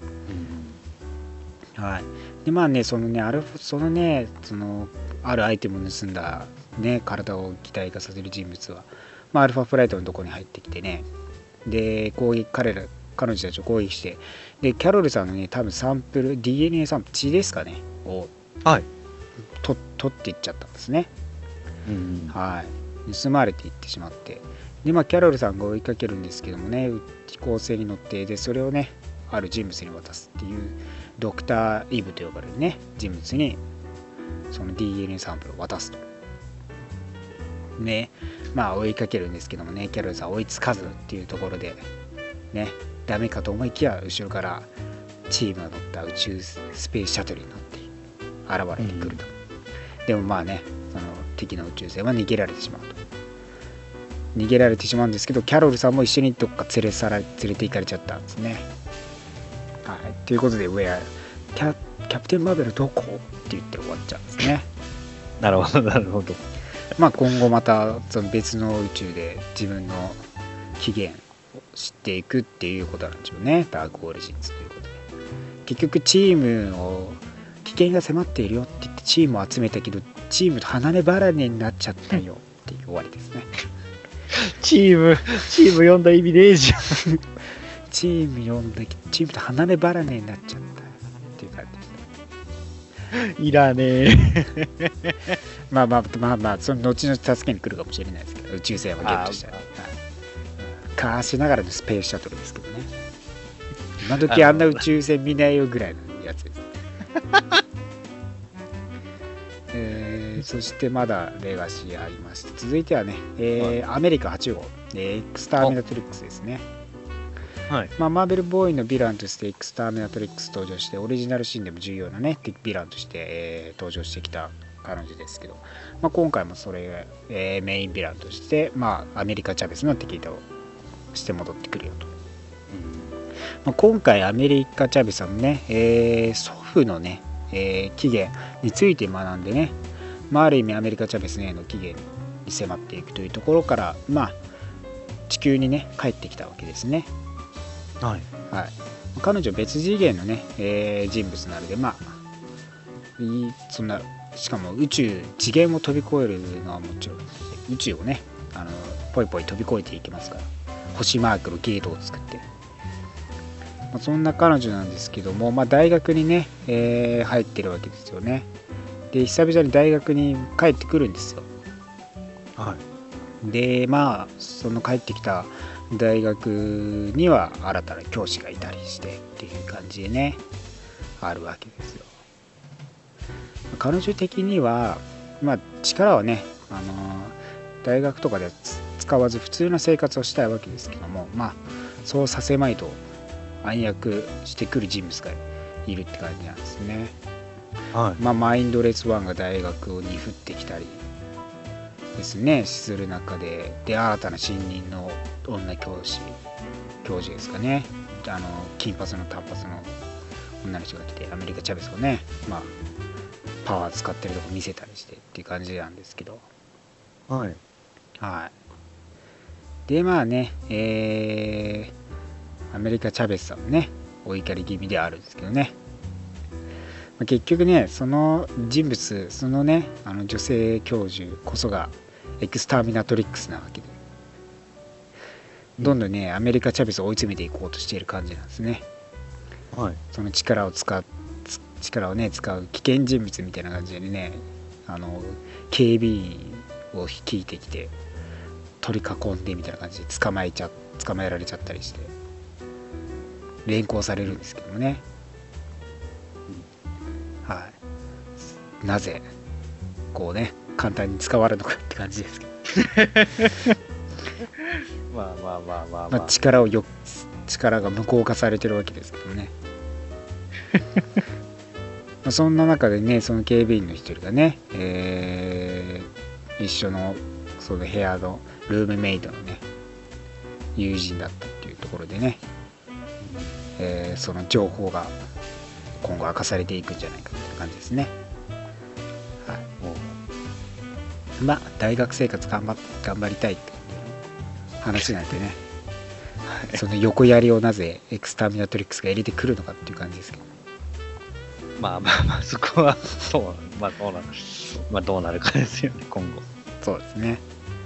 うん、はい、でまあねそのねあるそのねそのあるアイテムを盗んだね体を擬態化させる人物は、まあ、アルファフライトのところに入ってきてね、で攻撃彼ら彼女たちを攻撃して、でキャロルさんのね多分サンプル ディーエヌエー サンプル血ですかねを、はい、と取っていっちゃったんですね。うん、はい、盗まれていってしまって、でまあキャロルさんが追いかけるんですけどもね、飛行船に乗って、でそれをねある人物に渡すっていうドクター・イブと呼ばれるね人物にその ディーエヌエー サンプルを渡すと。ね、まあ追いかけるんですけどもね、キャロルさん追いつかずっていうところでね、ダメかと思いきや後ろからチームが乗った宇宙スペースシャトルに乗って現れてくると。うん、でもまあね、その敵の宇宙船は逃げられてしまうと。逃げられてしまうんですけど、キャロルさんも一緒にどっか連れ去られ連れて行かれちゃったんですね。はい、ということで、ウェアキャ、キャプテンマーベルどこって言って終わっちゃうんですね。 なるほど、なるほど。 まあ今後またその別の宇宙で自分の起源を知っていくっていうことなんでしょうね。ダークオリジンズということで。結局チームを危険が迫っているよって言ってチームを集めたけど、チームと離れ離れになっちゃったよっていう終わりですね。 チーム、チーム呼んだ意味ねえじゃん。 チーム呼んだチームと離れ離れになっちゃったっていう感じでした。 いらねえ。 まあまあまあまあ、その後々助けに来るかもしれないですけど、宇宙船はゲットしたら。かしながらのスペースシャトルですけどね。今時あんな宇宙船見ないよぐらいのやつです。えー、そしてまだレガシーありまして、続いてはね、えー、アメリカはち号、えー、エクスターミナトリックスですね。はい、まあ、マーベルボーイのヴィランとしてエクスターミナトリックス登場して、オリジナルシーンでも重要なねヴィランとして、えー、登場してきた彼女ですけど、まあ、今回もそれが、えー、メインヴィランとして、まあ、アメリカ・チャベスの敵をして戻ってくるよと。うん、まあ、今回アメリカ・チャベスさんのね、えー、祖父のね、えー、起源について学んでね、まあ、ある意味アメリカ・チャベスへの起源に迫っていくというところから、まあ、地球にね帰ってきたわけですね。はいはい、彼女別次元のね、えー、人物なので、まあいいそんなしかも宇宙次元を飛び越えるのはもちろん宇宙をねあのポイポイ飛び越えていきますから、星マークのゲートを作って、まあ、そんな彼女なんですけども、まあ、大学にね、えー、入ってるわけですよね。で久々に大学に帰ってくるんですよ。はい、でまあその帰ってきた大学には新たな教師がいたりしてっていう感じでねあるわけですよ。彼女的には、まあ、力はね、あのー、大学とかでは使わず普通の生活をしたいわけですけども、まあそうさせまいと暗躍してくる人物がいるって感じなんですね。はい、まあマインドレスワンが大学に降ってきたりですねする中で、で新たな新任の女教師教授ですかね、あの金髪の短髪の女の人が来てアメリカ・チャベスをね、まあパワー使ってるとこ見せたりしてっていう感じなんですけど、はいはい、でまあね、えー、アメリカ・チャベスさんもねお怒り気味ではあるんですけどね、まあ、結局ねその人物そのねあの女性教授こそがエクスターミナトリックスなわけで、どんどんねアメリカ・チャベスを追い詰めていこうとしている感じなんですね。はい、その力を使っ力をね使う危険人物みたいな感じでね、あの警備員を率いてきて取り囲んでみたいな感じで捕まえちゃ捕まえられちゃったりして連行されるんですけどもね、はい、なぜこうね簡単に使われるのかって感じですけどまあまあまあまあまあ、 まあ、力をよ力が無効化されてるわけですけどねまあそんな中でね、その警備員の一人がね、えー、一緒のその部屋のルームメイトのね友人だったっていうところでね、えー、その情報が今後明かされていくんじゃないかって感じですね。はい、まあ大学生活頑張頑張りたいって話なんでねその横やりをなぜエクスターミナトリックスが入れてくるのかっていう感じですけど、 まあまあまあそこはそう、まあどうなる、まあどうなるかですよね今後。 そうですね。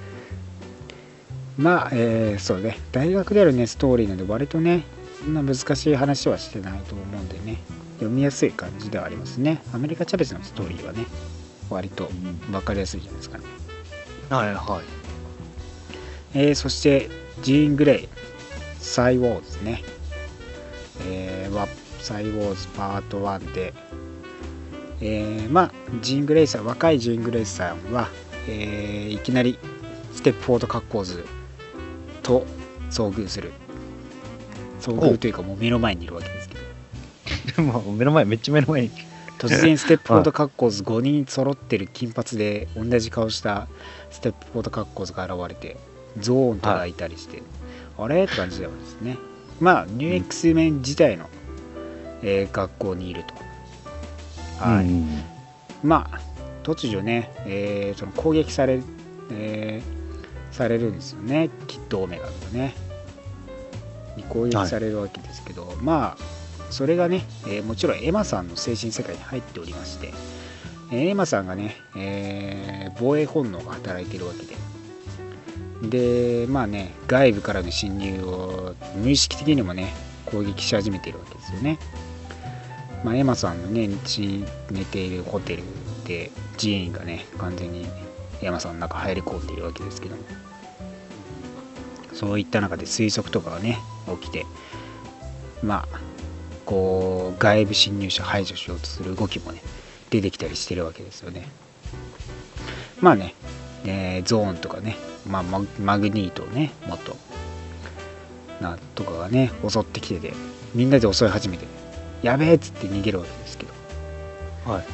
まあ、えー、そうね、大学であるねストーリーなんで割とねそんな難しい話はしてないと思うんでね、読みやすい感じではありますね。アメリカチャベスのストーリーはね割と分かりやすいじゃないですかね。 はいはい。 えー、そしてジーン・グレイサイ・ウォーズですね、えー、はサイ・ウォーズパートワンで、えー、まあジーン・グレイさん、若いジーン・グレイさんは、えー、いきなりステップフォードカッコーズと遭遇する。遭遇というかもう目の前にいるわけですけどもう目の前、めっちゃ目の前に突然ステップフォードカッコーズごにん揃ってる金髪で同じ顔したステップフォードカッコーズが現れてゾーンとかいたりして、はい、あれって感じではですね。まあニュー X メン自体の、えー、学校にいると、はい、うん、まあ突如ね、えー、その攻撃され、えー、されるんですよね。キッドオメガとねに攻撃されるわけですけど、はい、まあそれがね、えー、もちろんエマさんの精神世界に入っておりまして、えー、エマさんがね、えー、防衛本能が働いているわけで、でまあね外部からの侵入を無意識的にもね攻撃し始めているわけですよね。まあ、エマさんのね寝ているホテルでジーンがね完全にエマさんの中入り込んでいるわけですけども、そういった中で推測とかがね起きて、まあこう外部侵入者排除しようとする動きもね出てきたりしてるわけですよね。まあね、えー、ゾーンとかね、まあ、マ, マグニートをね元なとかがね襲ってきてて、みんなで襲い始めて、ね、やべえっつって逃げるわけですけど、はい、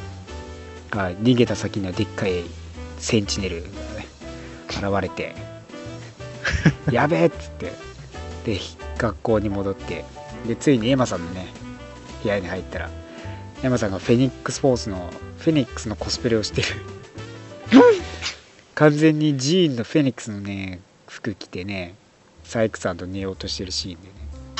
はい、逃げた先にはでっかいセンチネルがね現れてやべえっつってで学校に戻って、でついにエマさんのね部屋に入ったらエマさんがフェニックスフォースのフェニックスのコスプレをしてる完全にジーンのフェニックスのね服着てねサイクさんと寝ようとしてるシーンでね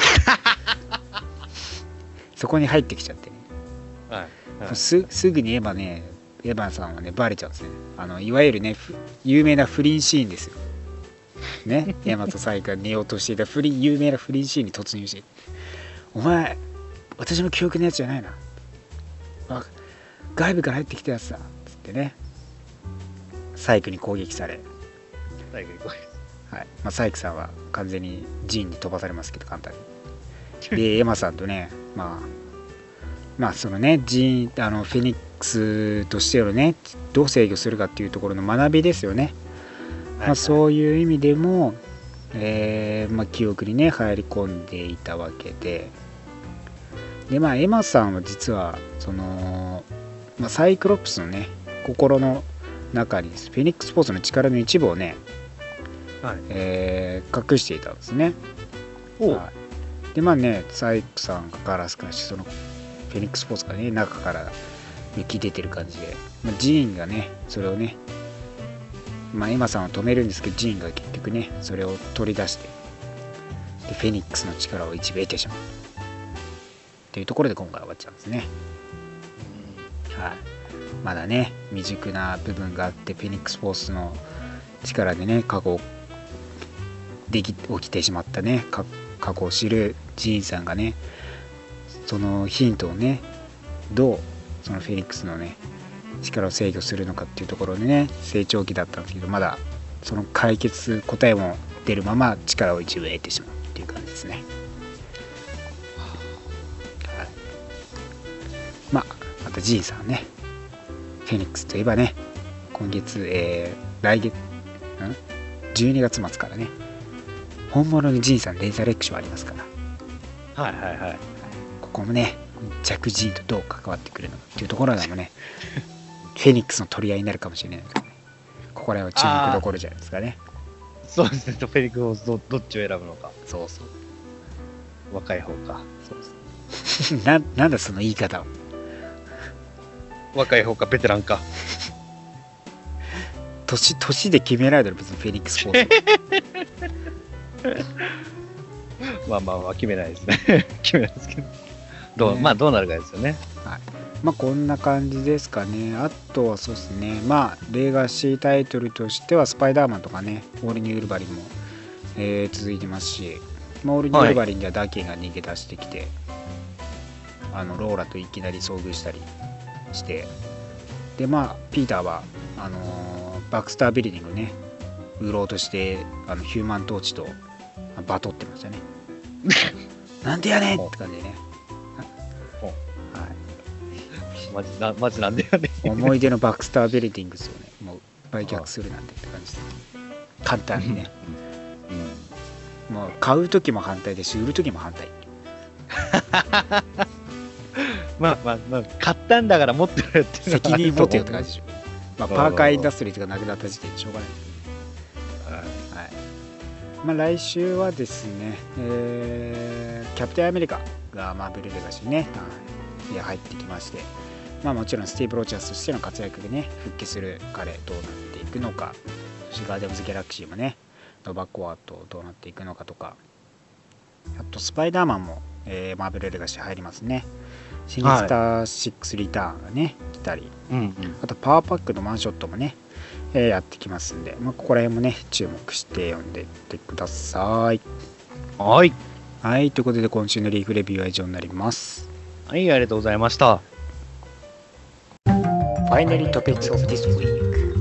そこに入ってきちゃってね、はいはい、す, すぐにエマねエマさんはねバレちゃうんですね。あのいわゆるね有名な不倫シーンですよね。エマとサイクが寝ようとしていた不倫有名な不倫シーンに突入して、お前私の記憶のやつじゃないな、あ外部から入ってきたやつだっつってねサイクに攻撃され、サイクに攻撃、はいまあ、サイクさんは完全にジーンに飛ばされますけど簡単にでエマさんとねまあまあそのねジーンあのフェニックスとしてのねどう制御するかっていうところの学びですよね。まあ、そういう意味でも、えーまあ、記憶にね入り込んでいたわけで、でまあエマさんは実はその、まあ、サイクロプスのね心の中にフェニックスフォースの力の一部をね、はいえー、隠していたんですね。はい、でまあねサイクさんがガラスからしてそのフェニックスフォースがね中から浮き出てる感じで、まあ、ジーンがねそれをねまあ、エマさんを止めるんですけどジーンが結局ねそれを取り出してでフェニックスの力を一部得てしまうっていうところで今回終わっちゃうんですね。はい、まだね未熟な部分があってフェニックスフォースの力でね過去でき起きてしまったね過去を知るジーンさんがねそのヒントをねどうそのフェニックスのね力を制御するのかっていうところでね成長期だったんですけど、まだその解決答えも出るまま力を一部得てしまうっていう感じですね。はい、まあまたジーンさんねフェニックスといえばね今月、えー、来月んじゅうにがつ末からね本物のジンさんレーザーレックションありますから、 はいはいはい、 ここもねジャック・ジーンとどう関わってくるのかっていうところでもねフェニックスの取り合いになるかもしれないからね、ここら辺は注目どころじゃないですかね。 そうですね、フェニックスどどっちを選ぶのか。 そうそう若い方か。そうですななんだその言い方は。 若い方かベテランか。 年年で決められたら別にフェニックスフォースまあまあまあ決めないですね決めないですけどどう、ね、まあどうなるかですよね。 はい、まあこんな感じですかね。あとはそうですね、まあレガシータイトルとしてはスパイダーマンとかね、オールニューウルヴァリンも、えー、続いてますし、まあ、オールニューウルヴァリンではダケンが逃げ出してきて、はい、あのローラといきなり遭遇したりしてでまあピーターはあのー、バックスタービルディングね売ろうとしてあのヒューマントーチとバトってましたねなんでやねんって感じでねマジなマジなんだよね思い出のバックスタービルディングスをねもう売却するなんてって感じです簡単にね、うんうん、もう買う時も反対ですし売る時も反対まあまあまあ買ったんだから持ってるって責任持てよって感じでしょ、まあ、パーカーインダストリーとかなくなった時点でしょうがない、はいはい、まあ来週はですね、えー、キャプテンアメリカがマーベルレガシーねに入ってきまして、まあもちろんスティーブ・ロジャースとしての活躍でね復帰する彼どうなっていくのか、そしてガーディアンズ・ギャラクシーもねノバコアとどうなっていくのかとか、あとスパイダーマンも、えー、マーベルレガシー入りますね。シニスターシックスリターンがね来たり、うんうん、あとパワーパックのワンショットもね、えー、やってきますんで、まあ、ここら辺もね注目して読んでいってください。 はいはいということで今週のリーフレビューは以上になります。 はい、ありがとうございました。 Finally topics of this week。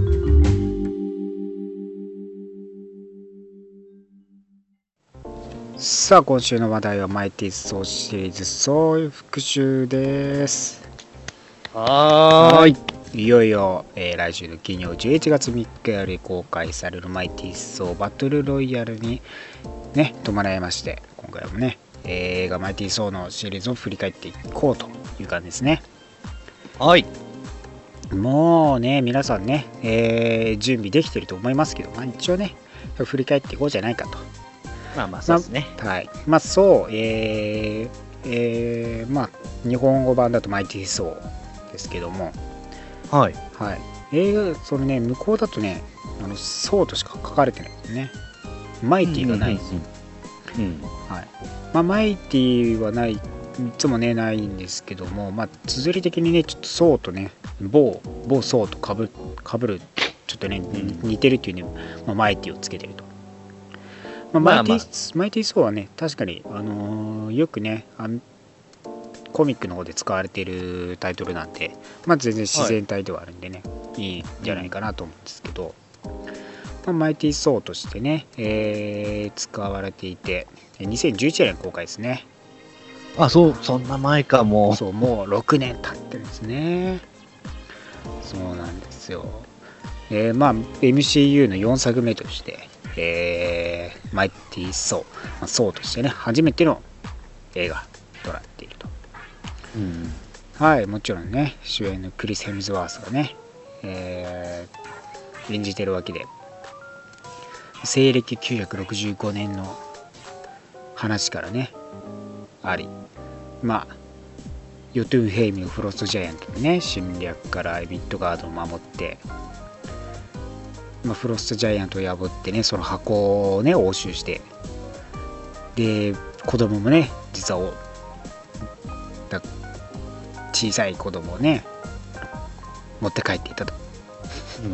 さあ今週の話題はマイティーソーシリーズソー復習です。 はーい、 いよいよ、えー、来週の金曜じゅういちがつみっかより公開されるマイティーソーバトルロイヤルにね伴いまして、今回もね映画マイティーソーのシリーズを振り返っていこうという感じですね。 はい、 もうね皆さんね、えー、準備できてると思いますけど、まあ、一応ね振り返っていこうじゃないかと。 まあまあそうですね、 まあ、はいまあそうえー、えー、まあ日本語版だとマイティーソーですけども、 はいはい映画そのね向こうだとねあのソーとしか書かれてないんですね。マイティがないんですよ。うんうんうんはいまあ、マイティはないいつもねないんですけども、まあ綴り的にねちょっとソーとね某某ソーとかぶかぶるちょっとね、うん、似てるっていうね、まあ、マイティをつけてると、まあまあまあ、マイティマイティソーはね確かに、あのー、よくねあコミックの方で使われているタイトルなんで、まあ、全然自然体ではあるんでね、はい、いいんじゃないかなと思うんですけど、まあ、マイティソーとしてね、えー、使われていてにせんじゅういちねん公開ですね。 あ、そうそんな前か。もうそうもうろくねん経ってるんですね。そうなんですよ。えー、まあ エムシーユー のよんさくめとして、えー、マイティソー、まあ、ソーとしてね初めての映画となっていると、うん、はいもちろんね主演のクリス・ヘムズワースがね、えー、演じてるわけで、西暦きゅうひゃくろくじゅうごねんの話からねあり、まあヨトゥンヘイミのフロストジャイアントのね侵略からミッドガードを守って、まあ、フロストジャイアントを破ってねその箱をね押収して、で子供もね実はだ小さい子供をね持って帰っていたと、うん、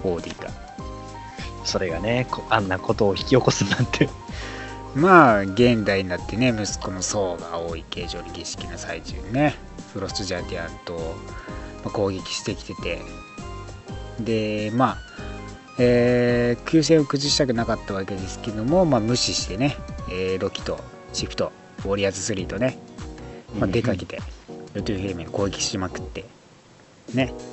オーディがそれがねあんなことを引き起こすなんてまあ現代になってね息子のソーが王位継承の儀式の最中にねフロストジャイアントを攻撃してきてて、でまあえー、休戦を崩したくなかったわけですけども、まあ、無視してね、えー、ロキとシフトウォリアーズスリーとね、まあ、出かけてヨトゥンヘイミを攻撃しまくってね、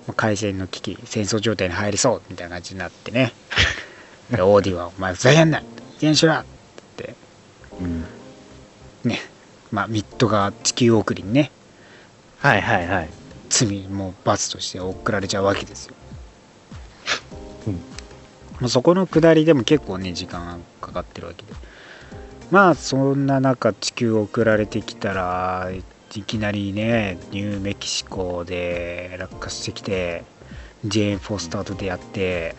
開戦の危機戦争状態に入りそうみたいな感じになってねでオーディは「お前ふざけんな危険しろ!」って、うん、ねまあミッドが地球送りにねはいはいはい罪もう罰として送られちゃうわけですよ、 うん、 もうそこの下りでも結構ね時間がかかってるわけでまあそんな中地球送られてきたらいきなりねニューメキシコで落下してきてジェーン・フォスターと出会って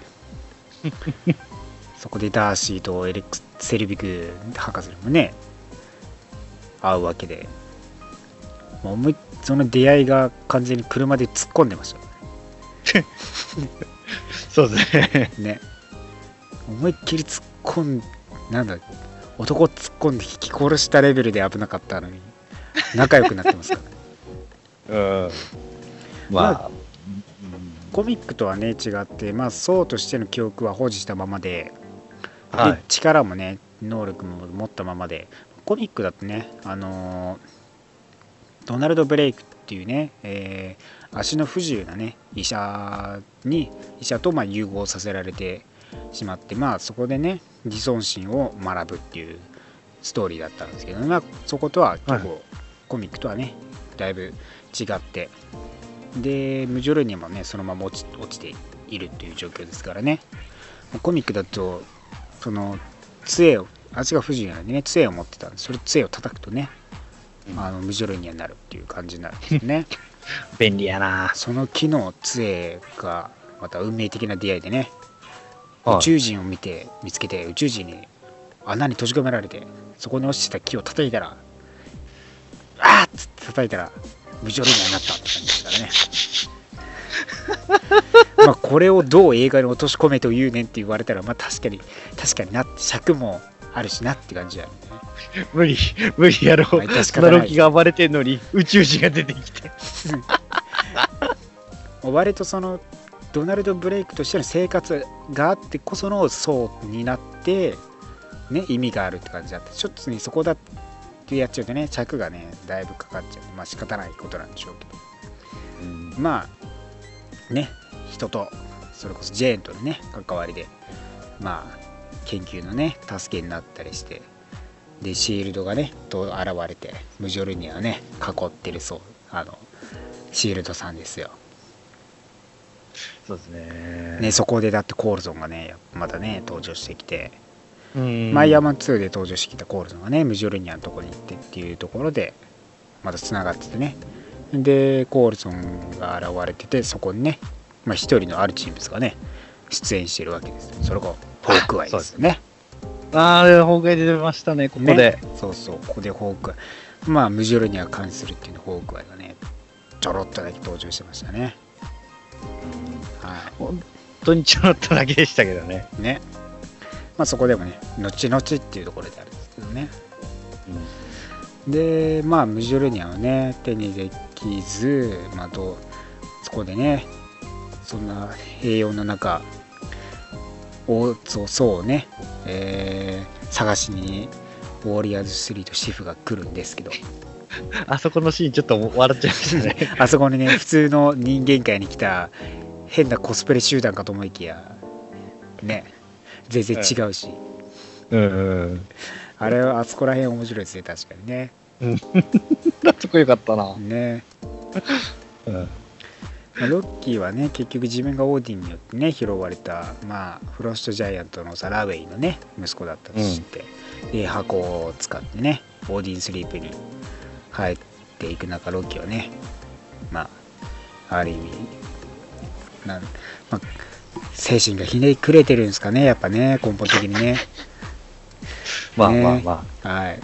そこでダーシーとエレクセルビグ博士にもね会うわけでもう思いその出会いが完全に車で突っ込んでましたねそうですねね思いっきり突っ込んなんだ男突っ込んで引き殺したレベルで危なかったのに仲良くなってますからねうんまあ、まあ、 コミックとはね違ってまあソーとしての記憶は保持したままで、 はい、 で力もね能力も持ったままでコミックだとねあのー、ドナルド・ブレイクっていうね、えー、足の不自由なね医者に医者とまあ融合させられてしまってまあそこでね自尊心を学ぶっていうストーリーだったんですけど、まあ、そことは結構、はい、コミックとはねだいぶ違ってでムジョルニアもねそのまま落ち、落ちているっていう状況ですからねコミックだとその杖を足が不自由なんでね杖を持ってたんでそれ杖を叩くとね、うん、あのムジョルニアになるっていう感じになるんですよね便利やなその木の杖がまた運命的な出会いでね宇宙人を見て見つけて宇宙人に穴に閉じ込められてそこに落ちてた木を叩いたらあーっつって叩いたらムジョルニアになったって感じですからねまあこれをどう映画に落とし込めと言うねんって言われたらまあ確かに確かになって尺もあるしなって感じだよね無理無理やろうナロキが暴れてんのに宇宙人が出てきて割とそのドナルド・ブレイクとしての生活があってこその層になってね意味があるって感じだってちょっとねそこだってやっちゃうとね尺がねだいぶかかっちゃうまあ仕方ないことなんでしょうけど、うん、まあね人とそれこそジェーンとのね関わりでまあ研究のね助けになったりしてでシールドがねと現れてムジョルニアをね囲ってるそうあのシールドさんですよそうです ね, ねそこでだってコールゾンがねまたね登場してきてマイヤーマンツーで登場してきたコールゾンがねムジョルニアのとこに行ってっていうところでまたつながっててねでコールゾンが現れててそこにねまあ一人のある人物がね出演してるわけですそれがホークアイですよねああホークアイ出てましたねここで、ね、 そうそうここでホークアイまあムジョルニア関するっていうのホークアイがねちょろっとだけ登場してましたねはい、本当にちょろっとだけでしたけどね。 ね。まあそこでもね、後々っていうところであるんですけどね。うん、で、まあムジョルニアをね、手にできず、まあどう、そこでね、そんな平穏の中、大津をそうね、えー、探しにウォーリアーズスリーとシフが来るんですけど。 あそこのシーンちょっと笑っちゃいましたね。 あそこにね、普通の人間界に来た変なコスプレ集団かと思いきやね全然違うし、 うんうんうん、 あれはあそこら辺面白いですね確かにね、 うん、そこよかったなね、うんまあ、ロッキーはね結局自分がオーディンによってね拾われた、まあ、フロストジャイアントのザラウェイのね息子だったと知って、うん、で箱を使ってねオーディンスリープに入っていく中ロッキーはねまあある意味なん、まあ、精神がひねくれてるんですかねやっぱね根本的にねまあまあまあはい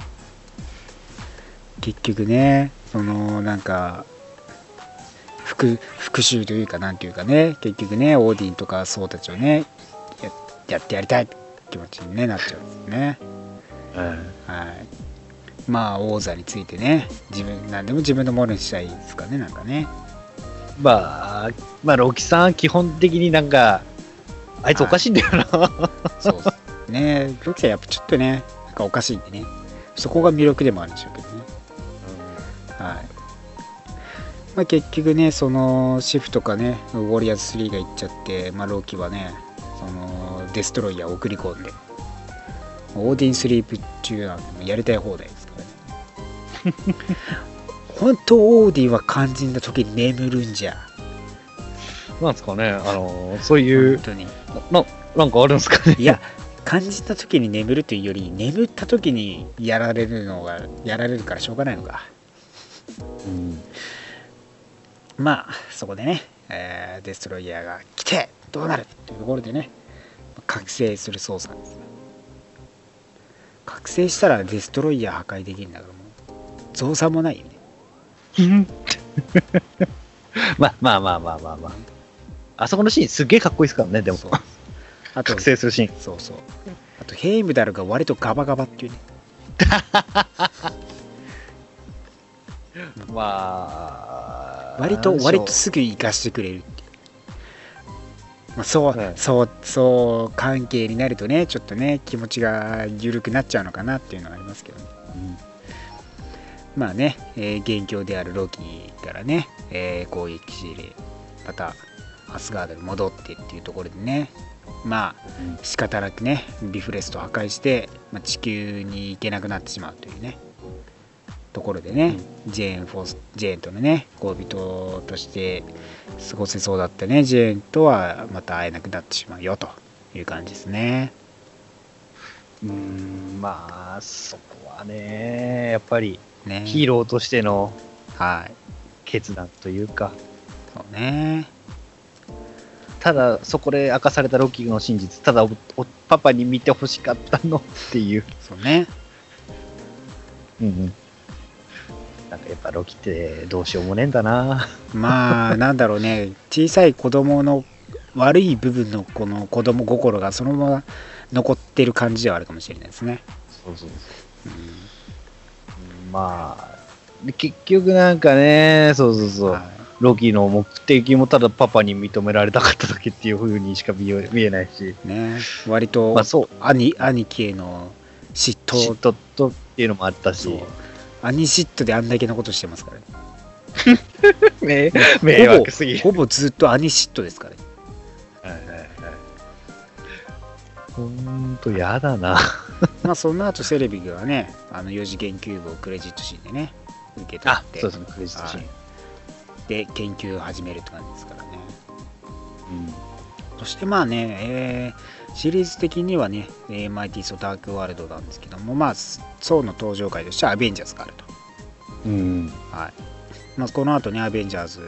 結局ねそのなんか復復讐というかなんていうかね結局ねオーディンとかソウたちをね や, やってやりたいって気持ちに、ね、なっちゃうんですね、うんはいまあ王座についてね自分何でも自分のものにしたいですかねなんかねまあ、まあ、ロキさん基本的になんかあいつおかしいんだよな、 はい、そうですねロキさんやっぱちょっとねなんかおかしいんでねそこが魅力でもあるんでしょうけどね、うん、はいまあ、結局ねそのシフとかねウォリアーズスリーが行っちゃって、まあ、ロキはねそのデストロイヤーを送り込んでオーディンスリープ中なんでやりたい放題ですからね本当オーディンは肝心な時に眠るんじゃなんですかね、あのー、そういう本当にななんかあるんですかね。 いや肝心な時に眠るというより眠った時にやられるのがやられるからしょうがないのか、 うん、 まあそこでね、えー、デストロイヤーが来てどうなるというところでね覚醒する操作ですね。覚醒したらデストロイヤー破壊できるんだからもう増産もないよねまあまあまあまあまあまああそこのシーンすげえかっこいいですからね。でもあと覚醒するシーン、 そうそう、あとヘイムダルが割とガバガバっていうねまあ割と割とすぐ生かしてくれるっていう、まあ、そう、はい、そうそう関係になるとねちょっとね気持ちが緩くなっちゃうのかなっていうのがありますけどね、うん、まあね、えー、元凶であるロキからね、えー、攻撃してまたアスガードに戻ってっていうところでねまあ仕方なくねビフレスト破壊して、まあ、地球に行けなくなってしまうというねところでね、うん、ジェーンフォースジェーンとのね恋人として過ごせそうだったねジェーンとはまた会えなくなってしまうよという感じですね。 うーんまあそこはねやっぱり、 ね、 ヒーローとしてのはい決断というか、 そうね。 ただそこで明かされたロキの真実ただおおパパに見てほしかったのっていうそうねうんうんなんかやっぱロキってどうしようもねえんだなまあなんだろうね小さい子供の悪い部分のこの子供心がそのまま残ってる感じではあるかもしれないですね。 そうそうそう、うん、まあ結局なんかねそうそうそう、はい、ロキの目的もただパパに認められたかっただけっていう風にしか見え、見えないしね割と、 まあ、そう 兄, 兄貴への嫉妬嫉妬とっていうのもあったし兄嫉妬であんだけのことしてますからね迷惑すぎるほぼずっと兄嫉妬ですからね。 はいはいはいほんとやだなまあその後セレビがねあのよ次元キューブをクレジットシーンでね受け取ってあそうですねクレジットシーンで研究を始めるって感じですからね、 うん、 そしてまあね、えー、シリーズ的にはね エムアイティー ソダークワールドなんですけどもまあソーの登場回としてはアベンジャーズがあると、 うんはいまあ、この後ねアベンジャーズ、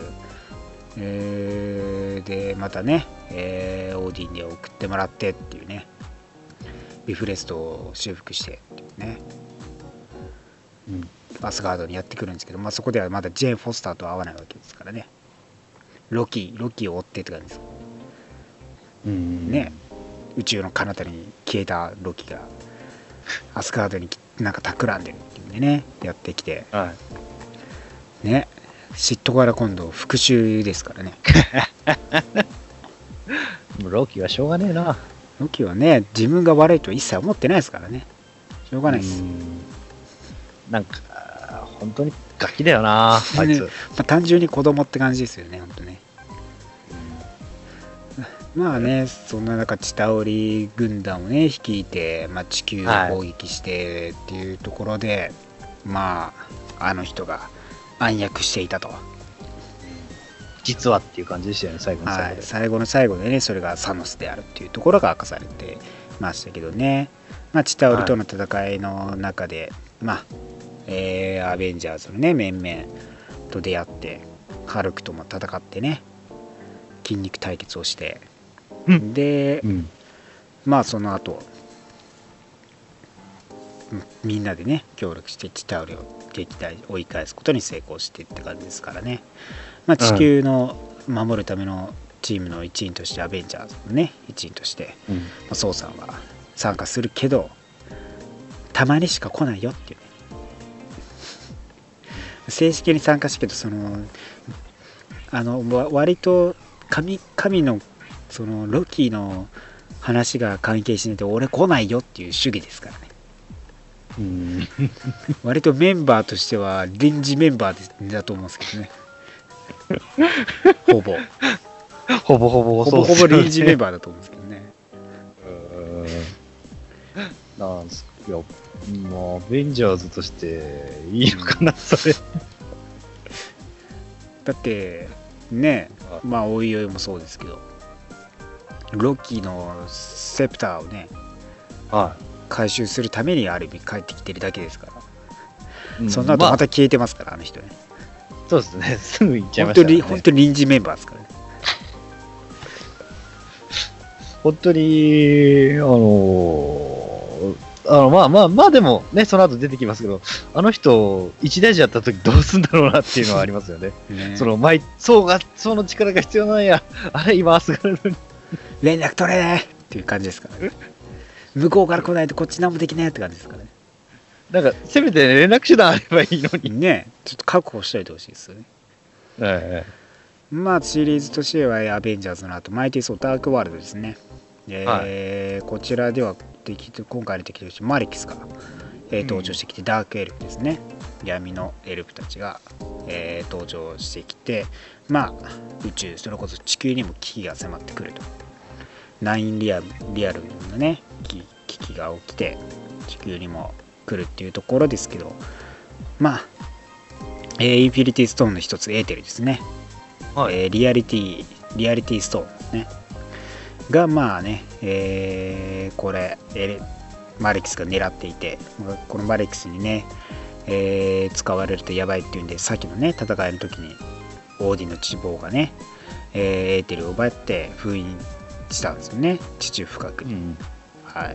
えー、でまたね、えー、オーディンに送ってもらってっていうねビフレストを修復してっていうね、うん、アスガードにやってくるんですけど、まあ、そこではまだジェーン・フォスターとは会わないわけですからねロキロキを追ってって感じです、うんね、宇宙の彼方に消えたロキがアスガードになんか企んでるっていうんでねやってきて、 はい、 ね嫉妬から今度復讐ですからねもうロキはしょうがねえなロキはね自分が悪いと一切思ってないですからねしょうがないです。 なんか本当にガキだよなあいつ、 ねまあ、単純に子供って感じですよね本当ね、うん、まあねそんな中チタオリ軍団をね率いて、まあ、地球を攻撃してっていうところで、はい、まああの人が暗躍していたと実はっていう感じでしたよね最後の最後で、はい、 最後の最後でねそれがサノスであるっていうところが明かされてましたけどね、まあ、チタオリとの戦いの中で、はい、まあえー、アベンジャーズのね面々と出会ってハルクとも戦ってね筋肉対決をして、うん、で、うん、まあその後みんなでね協力してチタオリを撃退追い返すことに成功してって感じですからね、まあ、地球の守るためのチームの一員としてアベンジャーズのね一員として、うんまあ、ソウさんは参加するけどたまにしか来ないよっていうね正式に参加したけどそのあの割と神神のそのロキの話が関係しないと俺来ないよっていう主義ですからねうん割とメンバーとしては臨時メンバーだと思うんですけどねほぼほぼほぼほぼほそうっすよね。 ぼ臨時メンバーだと思うんですけどね。 うーんなんすいや、まあ、アベンジャーズとしていいのかな、それ。 だってね、まあおいおいもそうですけど、ロッキーのセプターをねは回収するためにある意味帰ってきてるだけですから、 い。うんその後また消えてますから、あの人ね。 そうですね、すぐ行っちゃいま本当にしたからね。 本当に臨時メンバーですからね。 本当に、あのーあの、まあまあまあでもね、その後出てきますけど、あの人、一大事やった時どうすんだろうなっていうのはありますよね。 ねその、毎、そうが、その力が必要なんや。あれ、今、アスガルドに。 連絡取れねえっていう感じですからね。向こうから来ないとこっち何もできねえって感じですからね。 なんか、せめて連絡手段あればいいのに。 ねちょっと確保しといてほしいですよね。 えまあシリーズとしてはアベンジャーズの後マイティーソーダークワールドですね。えーこちらではでき今回出てきてるマリキスが、えー登場してきて、ダークエルフですね。闇のエルフたちが、えー登場してきて、まあ宇宙、それこそ地球にも危機が迫ってくると。ナインリアルリアルのね危危機が起きて地球にも来るっていうところですけど、まあ、えーインフィニティストーンの一つエーテルですね。 はいえーリアリティリアリティストーンですねが、まあね、えーこれエレマレキスが狙っていて、このマレキスにね、えー使われるとやばいっていうんで、さっきのね戦いの時にオーディンの地望がね、えーエーテルを奪って封印したんですよね、地中深くに。 うん。 はい。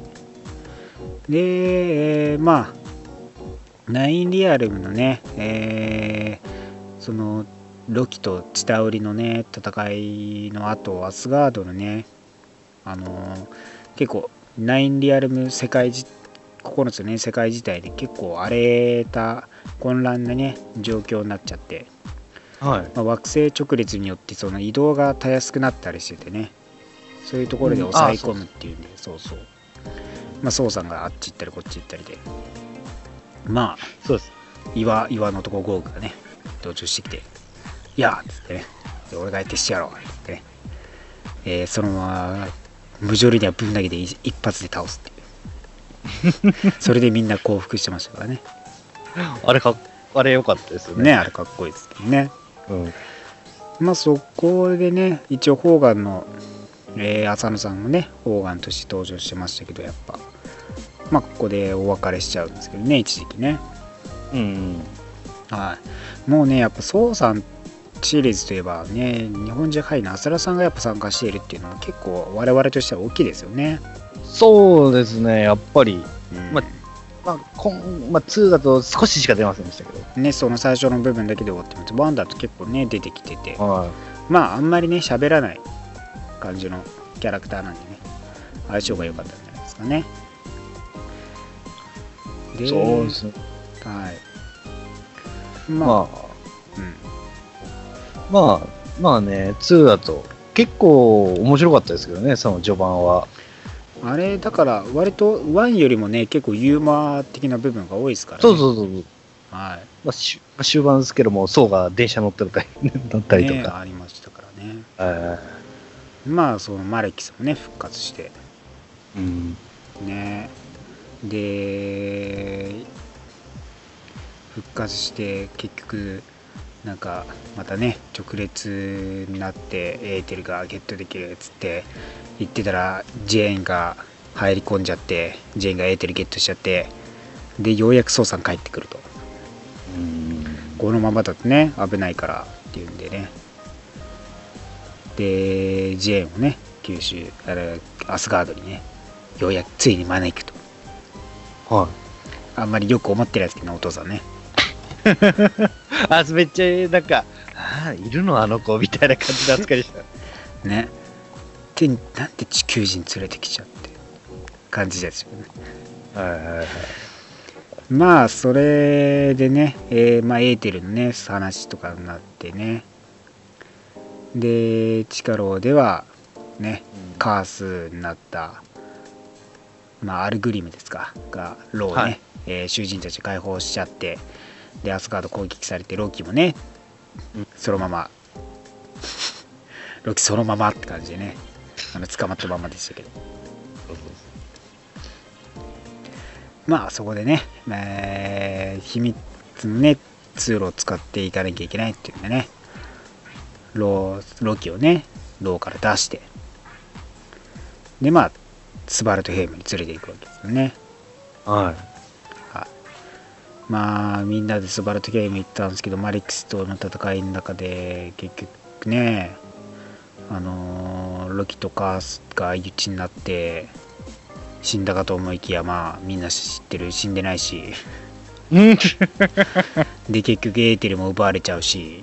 で、えーまあナインリアルムのね、えーそのロキとチタウリのね戦いの後、アスガードのね、あのー結構ナインリアルム世界じここのつのね世界自体で結構荒れた混乱なね状況になっちゃって、 はい。 まあ、惑星直列によってその移動がたやすくなったりしててね、そういうところで抑え込むっていうんで、そうそう、まあ宋さんがあっち行ったりこっち行ったりで、まあそうです。 岩岩のとこゴーグがね登場してきて、いやーっつってね、で俺が相手してやろうってね、えーそのまま無情にはぶん投げで一発で倒すっていうそれでみんな降伏してましたからね。 あれか、あれ良かったですよね。 ね、あれかっこいいですけどね。 うん。 まあそこでね、一応ホーガンの、えー浅野さんもねホーガンとして登場してましたけど、やっぱまあここでお別れしちゃうんですけどね、一時期ね。 うん。 はい、もうねやっぱ宋さんシリーズといえばね、日本人俳優の浅田さんがやっぱ参加しているっていうのは結構我々としては大きいですよね。 そうですね、やっぱり、 うんまあ、まあ、こんまあ、ツーだと少ししか出ませんでしたけど。 ね、その最初の部分だけで終わってます。ワンだと結構ね出てきてて、 はまああんまりね喋らない感じのキャラクターなんでね、相性が良かったんじゃないですかね。 い。 で、 そうですね。 はい。まあ、 まあ、 うんまあ、まあね、ツーだと結構面白かったですけどね、その序盤は。 あれだから割とワンよりもね結構ユーモア的な部分が多いですからね。 そうそうそう。 はい。 まあ、しまあ終盤ですけども、ソウが電車乗ってるか乗ったりとね、 か。 ありましたからね。 えまあそのマレキスもね復活してーうん。 ね、で復活して結局なんかまたね直列になってエーテルがゲットできるっつって言ってたらジェーンが入り込んじゃって、ジェーンがエーテルゲットしちゃって、でようやくソウさん帰ってくると。 うんこのままだとね危ないからっていうんでね、でジェーンをね九州あれアスガードにねようやくついに招くと。 はい。 あんまりよく思ってないですけどねお父さんね。 あ、めっちゃ、なんか、ああ、いるのあの子みたいな感じで扱いでした。 ねでなんで地球人連れてきちゃって感じですよね。 はいはいはい。 まあそれでね、えーまあ、エーテルのね話とかになってね、でチカローではねカースになった、まあ、アルグリムですかがローをね、 はいえー囚人たち解放しちゃって、でアスガード攻撃されてロキもね、 うんそのままロキそのままって感じでね、あの捕まったままでしたけど、まあそこでね、えー、秘密のね通路を使っていかなきゃいけないっていうんでね、ロロキをね牢から出して、でまあスバルトヘイムに連れていくわけですよね。 はい。 はい、まあみんなでスバルトヘイム行ったんですけど、マリックスとの戦いの中で結局ね、あのー、ロキとカースが相打ちになって死んだかと思いきや、まあみんな知ってる、死んでないしで結局エーテルも奪われちゃうし、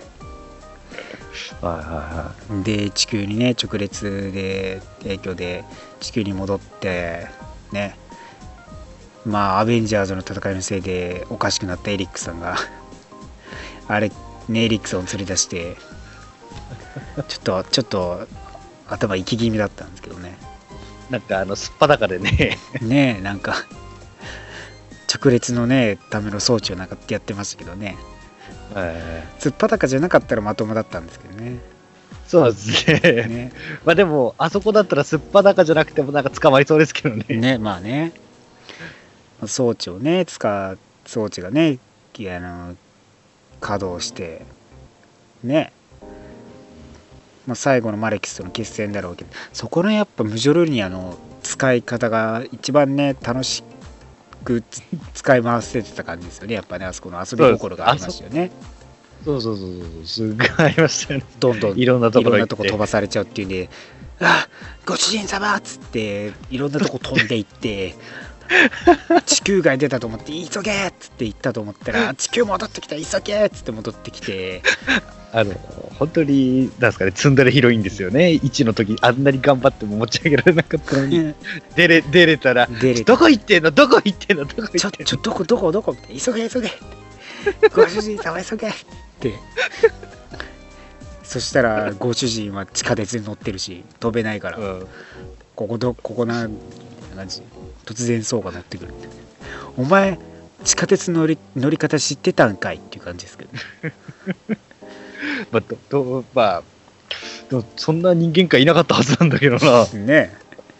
はいはいはい、 で地球にね直列で影響で地球に戻ってね、まあアベンジャーズの戦いのせいでおかしくなったエリックさんがあれねエリックさんを連れ出してちょっとちょっと頭生き気味だったんですけどね。 なんかあのすっぱだかでねねえ、なんか直列のねための装置をなんかやってましたけどね、すっぱだかじゃなかったらまともだったんですけどね。 そうですね。ねまあでもあそこだったらすっぱだかじゃなくてもなんか捕まりそうですけどね。 ね、まあね、装置をね使う装置がねあの稼働してね、まあ、最後のマレキスとの決戦だろうけど、そこのやっぱムジョルニアの使い方が一番ね楽しく使い回せてた感じですよね。やっぱねあそこの遊び心がありましたよね。 そうそうそうそう、すごいありましたよね。 どんどんいろんなところいろんなとこ飛ばされちゃうっていうんで、あご主人様っつっていろんなとこ飛んでいって地球外出たと思って急げっつって言ったと思ったら地球戻ってきた急げっつって戻ってきて、 あの本当になんですかね、ツンデレヒロインですよね。いちの時あんなに頑張っても持ち上げられなかったのに出れ出れたら出れどこ行ってんのどこ行ってんのどこ行ってんのちょちょどこどこどこ急げ急げご主人様急げってそしたらご主人は地下鉄に乗ってるし飛べないから、うん、ここどここな感じ突然そうが乗ってくる。お前地下鉄乗り乗り方知ってたんかいっていう感じですけどまあ、どどまあそんな人間界いなかったはずなんだけどなね。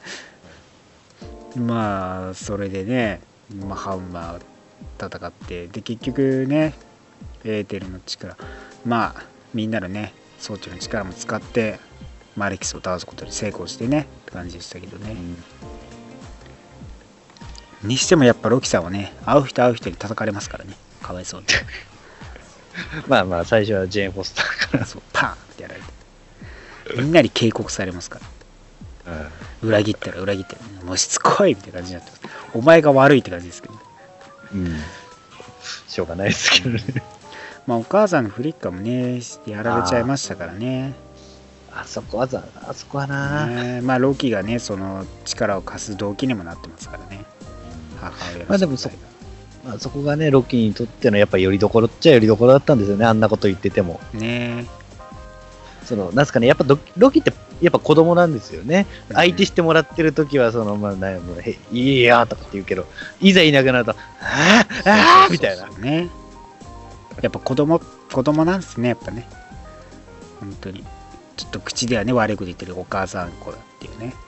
まあそれでね、まあ、ハンマー戦ってで結局ねエーテルの力、まあみんなのね装置の力も使ってマレキスを倒すことに成功してねって感じでしたけどね、うん、にしてもやっぱロキさんはね会う人会う人に叩かれますからね、かわいそうにまあまあ最初はジェーン・フォスターからそうパーンってやられてみんなに警告されますから、うん、裏切ったら裏切ったらもうしつこいみたいな感じになってます。お前が悪いって感じですけど、 うん、しょうがないですけどねまあお母さんのフリッカーもねやられちゃいましたからね。 あ, あそこはざあそこはな、 ね、まあロキがねその力を貸す動機にもなってますからね、母親の。 まあでもそまあ、そこがねロキにとってのやっぱりよりどころっちゃよりどころだったんですよね、あんなこと言っててもね。 そのなんすかね、やっぱロキってやっぱ子供なんですよね、うん、相手してもらってる時はそのまあなもうへいいやとかって言うけど、いざいなくなるとああああみたいなね。やっぱ子供子供なんですね、やっぱね。本当にちょっと口ではね悪いこと言ってるお母さん子だっていうね。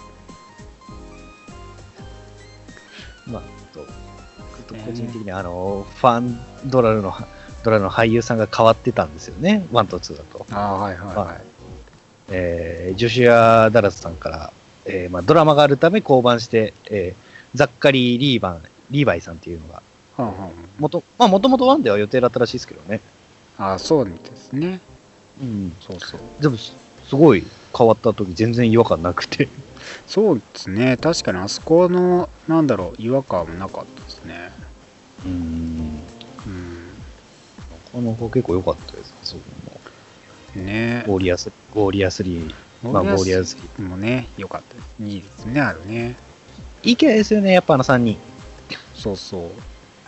まあ個人的にあのファンドラルのドラルの俳優さんが変わってたんですよね、ワンとツーだと。 あはいはいはい。まあえー、ジョシュア・ダラスさんから、えーまあ、ドラマがあるため降板して、えー、ザッカリー・リーバンリーバイさんっていうのが、はんはんもとまあもともとワンでは予定だったらしいですけどね。 ああそうですね。 うん、そうそう。でもすごい変わった時全然違和感なくて。 そうですね、確かにあそこのなんだろう違和感もなかったですね。 うーん、うん、なかなか結構良かったです。そうね。 ゴーリアスゴーリアスリー、 まあゴーリアスリーもね良かったです。いいですね、あるね。 いいキャラですよね、やっぱあのさんにん。 そうそう。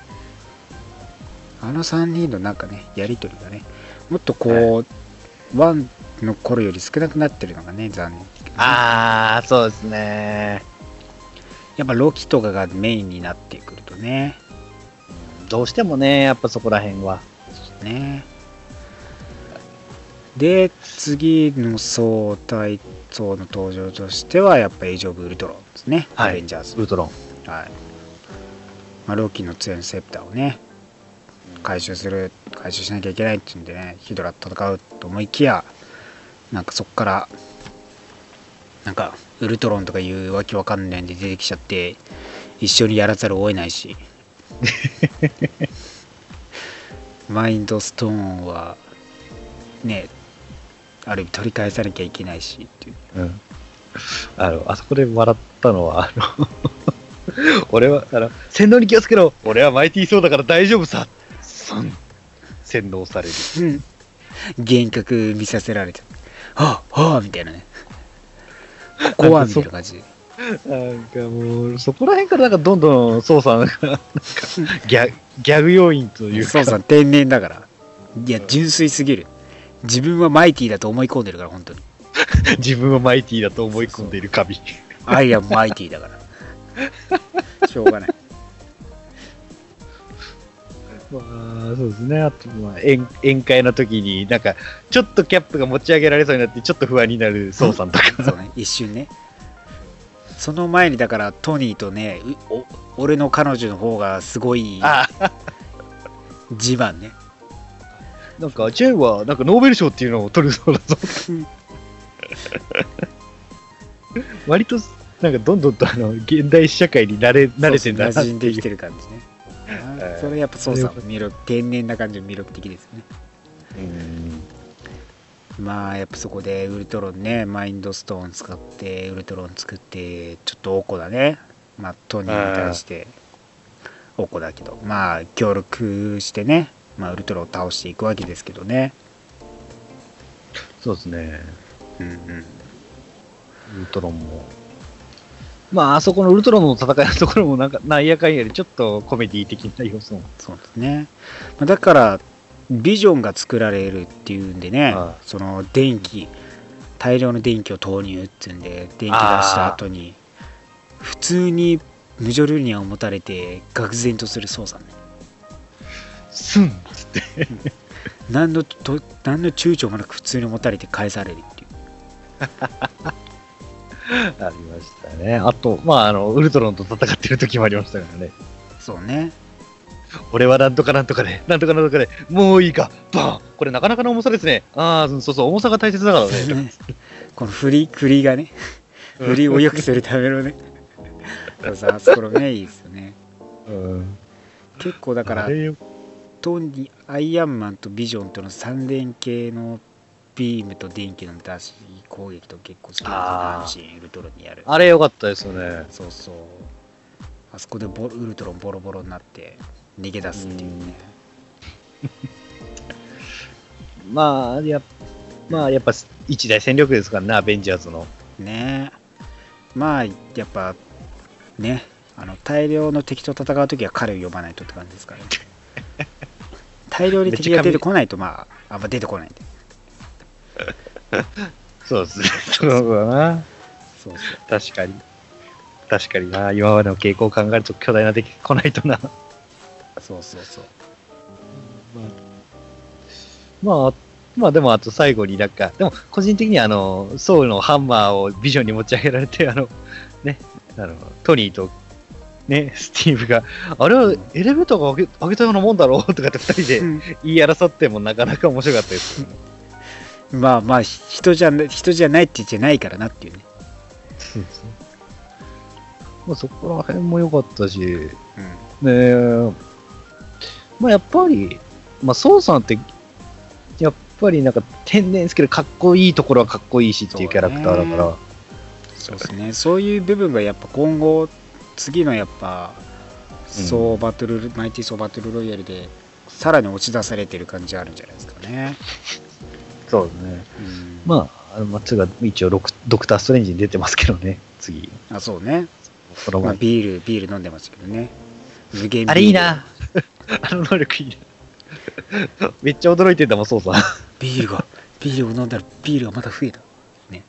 あのさんにんのなんかねやりとりがねもっとこう、はい、ワンの頃より少なくなってるのがね残念ですけど、ね、 ああそうですね。 やっぱロキとかがメインになってくるとね、 どうしてもねやっぱそこら辺はそうですね。 で次の総体操の登場としてはやっぱエイジ・オブ・ウルトロンですね、 はい、 アベンジャーズウルトロン、 はいまあ、ロキの強いセプターをね回収する回収しなきゃいけないっていうんでねヒドラと戦うと思いきやなんかそっからなんかウルトロンとかいうわけわかんないんで出てきちゃって一緒にやらざるを得ないしマインドストーンはねある意味取り返さなきゃいけないしっていう、 うん、あのあそこで笑ったのはあの俺はあの洗脳に気をつけろ俺はマイティーソーだから大丈夫さそん洗脳される、 うん、幻覚見させられたはあはあみたいなねここはみたいな感じでなんかもうそこら辺からなんかどんどんソウさんがなんかギャギャグ要因というかソウさん天然だからいや純粋すぎる自分はマイティだと思い込んでるから本当に自分はマイティだと思い込んでいる神アイアムマイティだからしょうがないまあそうですねあとまあ宴宴会の時になんかちょっとキャップが持ち上げられそうになってちょっと不安になるソウさんとかそうね一瞬ねその前にだからトニーとねお俺の彼女の方がすごい自慢ねなんかジェンはなんかノーベル賞っていうのを取るそうだぞ割となんかどんどんとあの現代社会に慣れ慣れてんだなっていう馴染んできてる感じねそれやっぱソウさん魅力天然な感じで魅力的ですねうんまあやっぱそこでウルトロンねマインドストーン使ってウルトロン作ってちょっとおこだねまあトニーに対しておこだけどまあ協力してねまあウルトロンを倒していくわけですけどねそうですねうんうんウルトロンもまああそこのウルトロンの戦いのところもなんかなんやかんやでちょっとコメディ的な要素もそうですねだからビジョンが作られるっていうんでね、ああその電気大量の電気を投入っていうんで電気出した後に普通にムジョルニアを持たれて愕然とする操作ねスンっつって何のと何の躊躇もなく普通に持たれて返されるっていうありましたねあとまああのウルトロンと戦ってる時もありましたからねそうね俺はなんとかなんとかで、なんとかなんとかで、もういいか、バーンこれなかなかの重さですね。ああ、そうそう、重さが大切だからね。 この振り、振りがね、振りを良くするためのね、そうそう、あそこのね、いいですよね。うん、結構だから、トニー、アイアンマンとビジョンとのさん連系のビームと電気の出し攻撃と結構好きなシーン、ウルトロにやる。 あれ良かったですよね。 そうそう。あそこでボウルトロンボロボロになって、逃げ出すっていうねまあやまあやっぱ一大戦力ですからねアベンジャーズのねまあやっぱねあの大量の敵と戦うときは彼を呼ばないとって感じですからね大量に敵が出てこないとまああんま出てこないんでそうですねそうだなそうそう確かに確かにな今までの傾向を考えると巨大な敵来ないとなそうそうそう。 まあ、まあ、まあでもあと最後になんか、でも個人的にあの、ソウルのハンマーをビジョンに持ち上げられて、あの、ね、あの、トニーと、ね、スティーブが、あれはエレベーターが上げ、上げたようなもんだろうとかってふたりで言い争ってもなかなか面白かったです、ね。 まあまあ、人じゃ、人じゃないって言っちゃないからなっていうね。そうそう。 まあそこら辺も良かったし、うん、ねまあやっぱり、まあ、ソウさんって、やっぱりなんか天然ですけど、かっこいいところはかっこいいしっていうキャラクターだから。 そうですね。そういう部分がやっぱ今後、次のやっぱ、ソーバトル、うん、マイティソーバトルロイヤルで、さらに押し出されてる感じあるんじゃないですかね。 そうですね。うん、まあ、あの松が一応ドクターストレンジに出てますけどね、次。 あ、そうね。そのまあ、ビール、ビール飲んでますけどね。 無限ビールあれいいな。あの能力いいな。めっちゃ驚いてんだもん、そうさ。 ビールが、ビールを飲んだらビールがまた増えた。ね。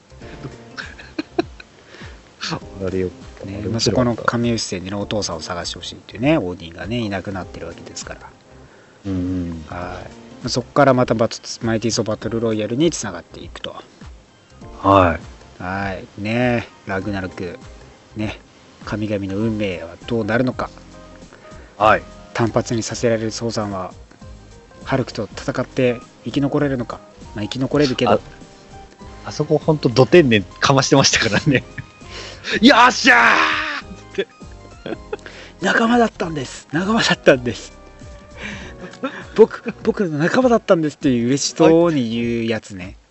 あれよ。 ね、まあ、そこの神吉線でのお父さんを探してほしいっていうね、オーディンがね、いなくなってるわけですから。 うん。 はそこからまたバトマイティーソーバトルロイヤルにつながっていくと。 はいはいね、ラグナロクね、神々の運命はどうなるのか。 はい、 単発にさせられるソーザンはハルクと戦って生き残れるのか。まあ、生き残れるけどあ, あそこほんとド天然かましてましたからねよっしゃーって仲間だったんです仲間だったんです僕僕の仲間だったんですっていう嬉しそうに言うやつね。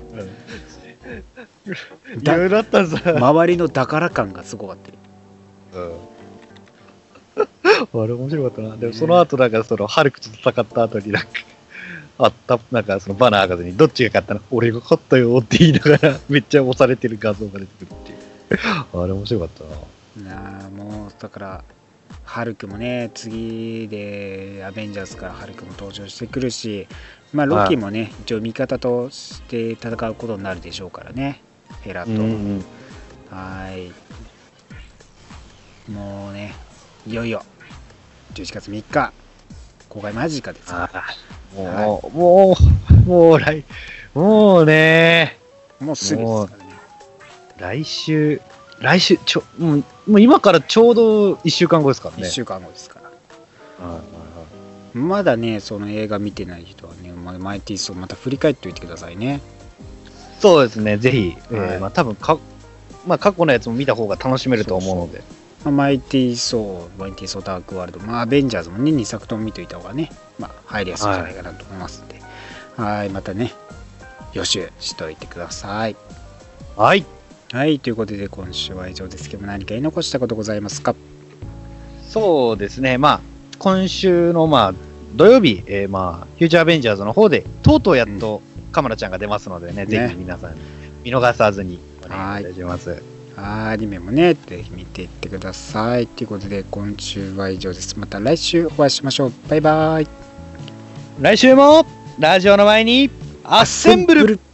だだったんさ周りのだから感がすごかったよ。 うん、あれ面白かったな。でもその後なんかそのハルクと戦った後になんかあったなんかそのバナー博士にどっちが勝ったの俺が勝ったよって言いながらめっちゃ押されてる画像が出てくるっていうあれ面白かったな。 なあもうだからハルクもね次でアベンジャーズからハルクも登場してくるし、まあロキもね、はい、一応味方として戦うことになるでしょうからね、ヘラと。うんうん、はいもうねいよいよじゅういちがつみっか公開間近ですから。 もう、はい、もうもう来もうねもうすぐですからね。 来週来週ちょもう、もう今からちょうどいっしゅうかんごですからね。 いっしゅうかんごですから。 はいはいはい、 まだねその映画見てない人はね、まあ、マイティーソーまた振り返っておいてくださいね。 そうですねぜひ、はい、えー、まあ多分か、まあ、過去のやつも見た方が楽しめると思うので。そうそうまあ、マイティーソーマイティーソーダークワールド、まあアベンジャーズもねにさくとも見といた方がね、まあ、入りやすいんじゃないかなと思いますので、はい、はいまたね予習しておいてください。 はいはいということで今週は以上ですけども、何か言い残したことございますか？ そうですね、まあ今週のまあ土曜日、えー、まあフューチャーアベンジャーズの方でとうとうやっとカマラちゃんが出ますのでね、うん、ぜひ皆さん見逃さずにお願いします。 アニメもねぜひ見ていってくださいということで今週は以上です。また来週お会いしましょう。バイバイ。 来週もラジオの前にアッセンブル。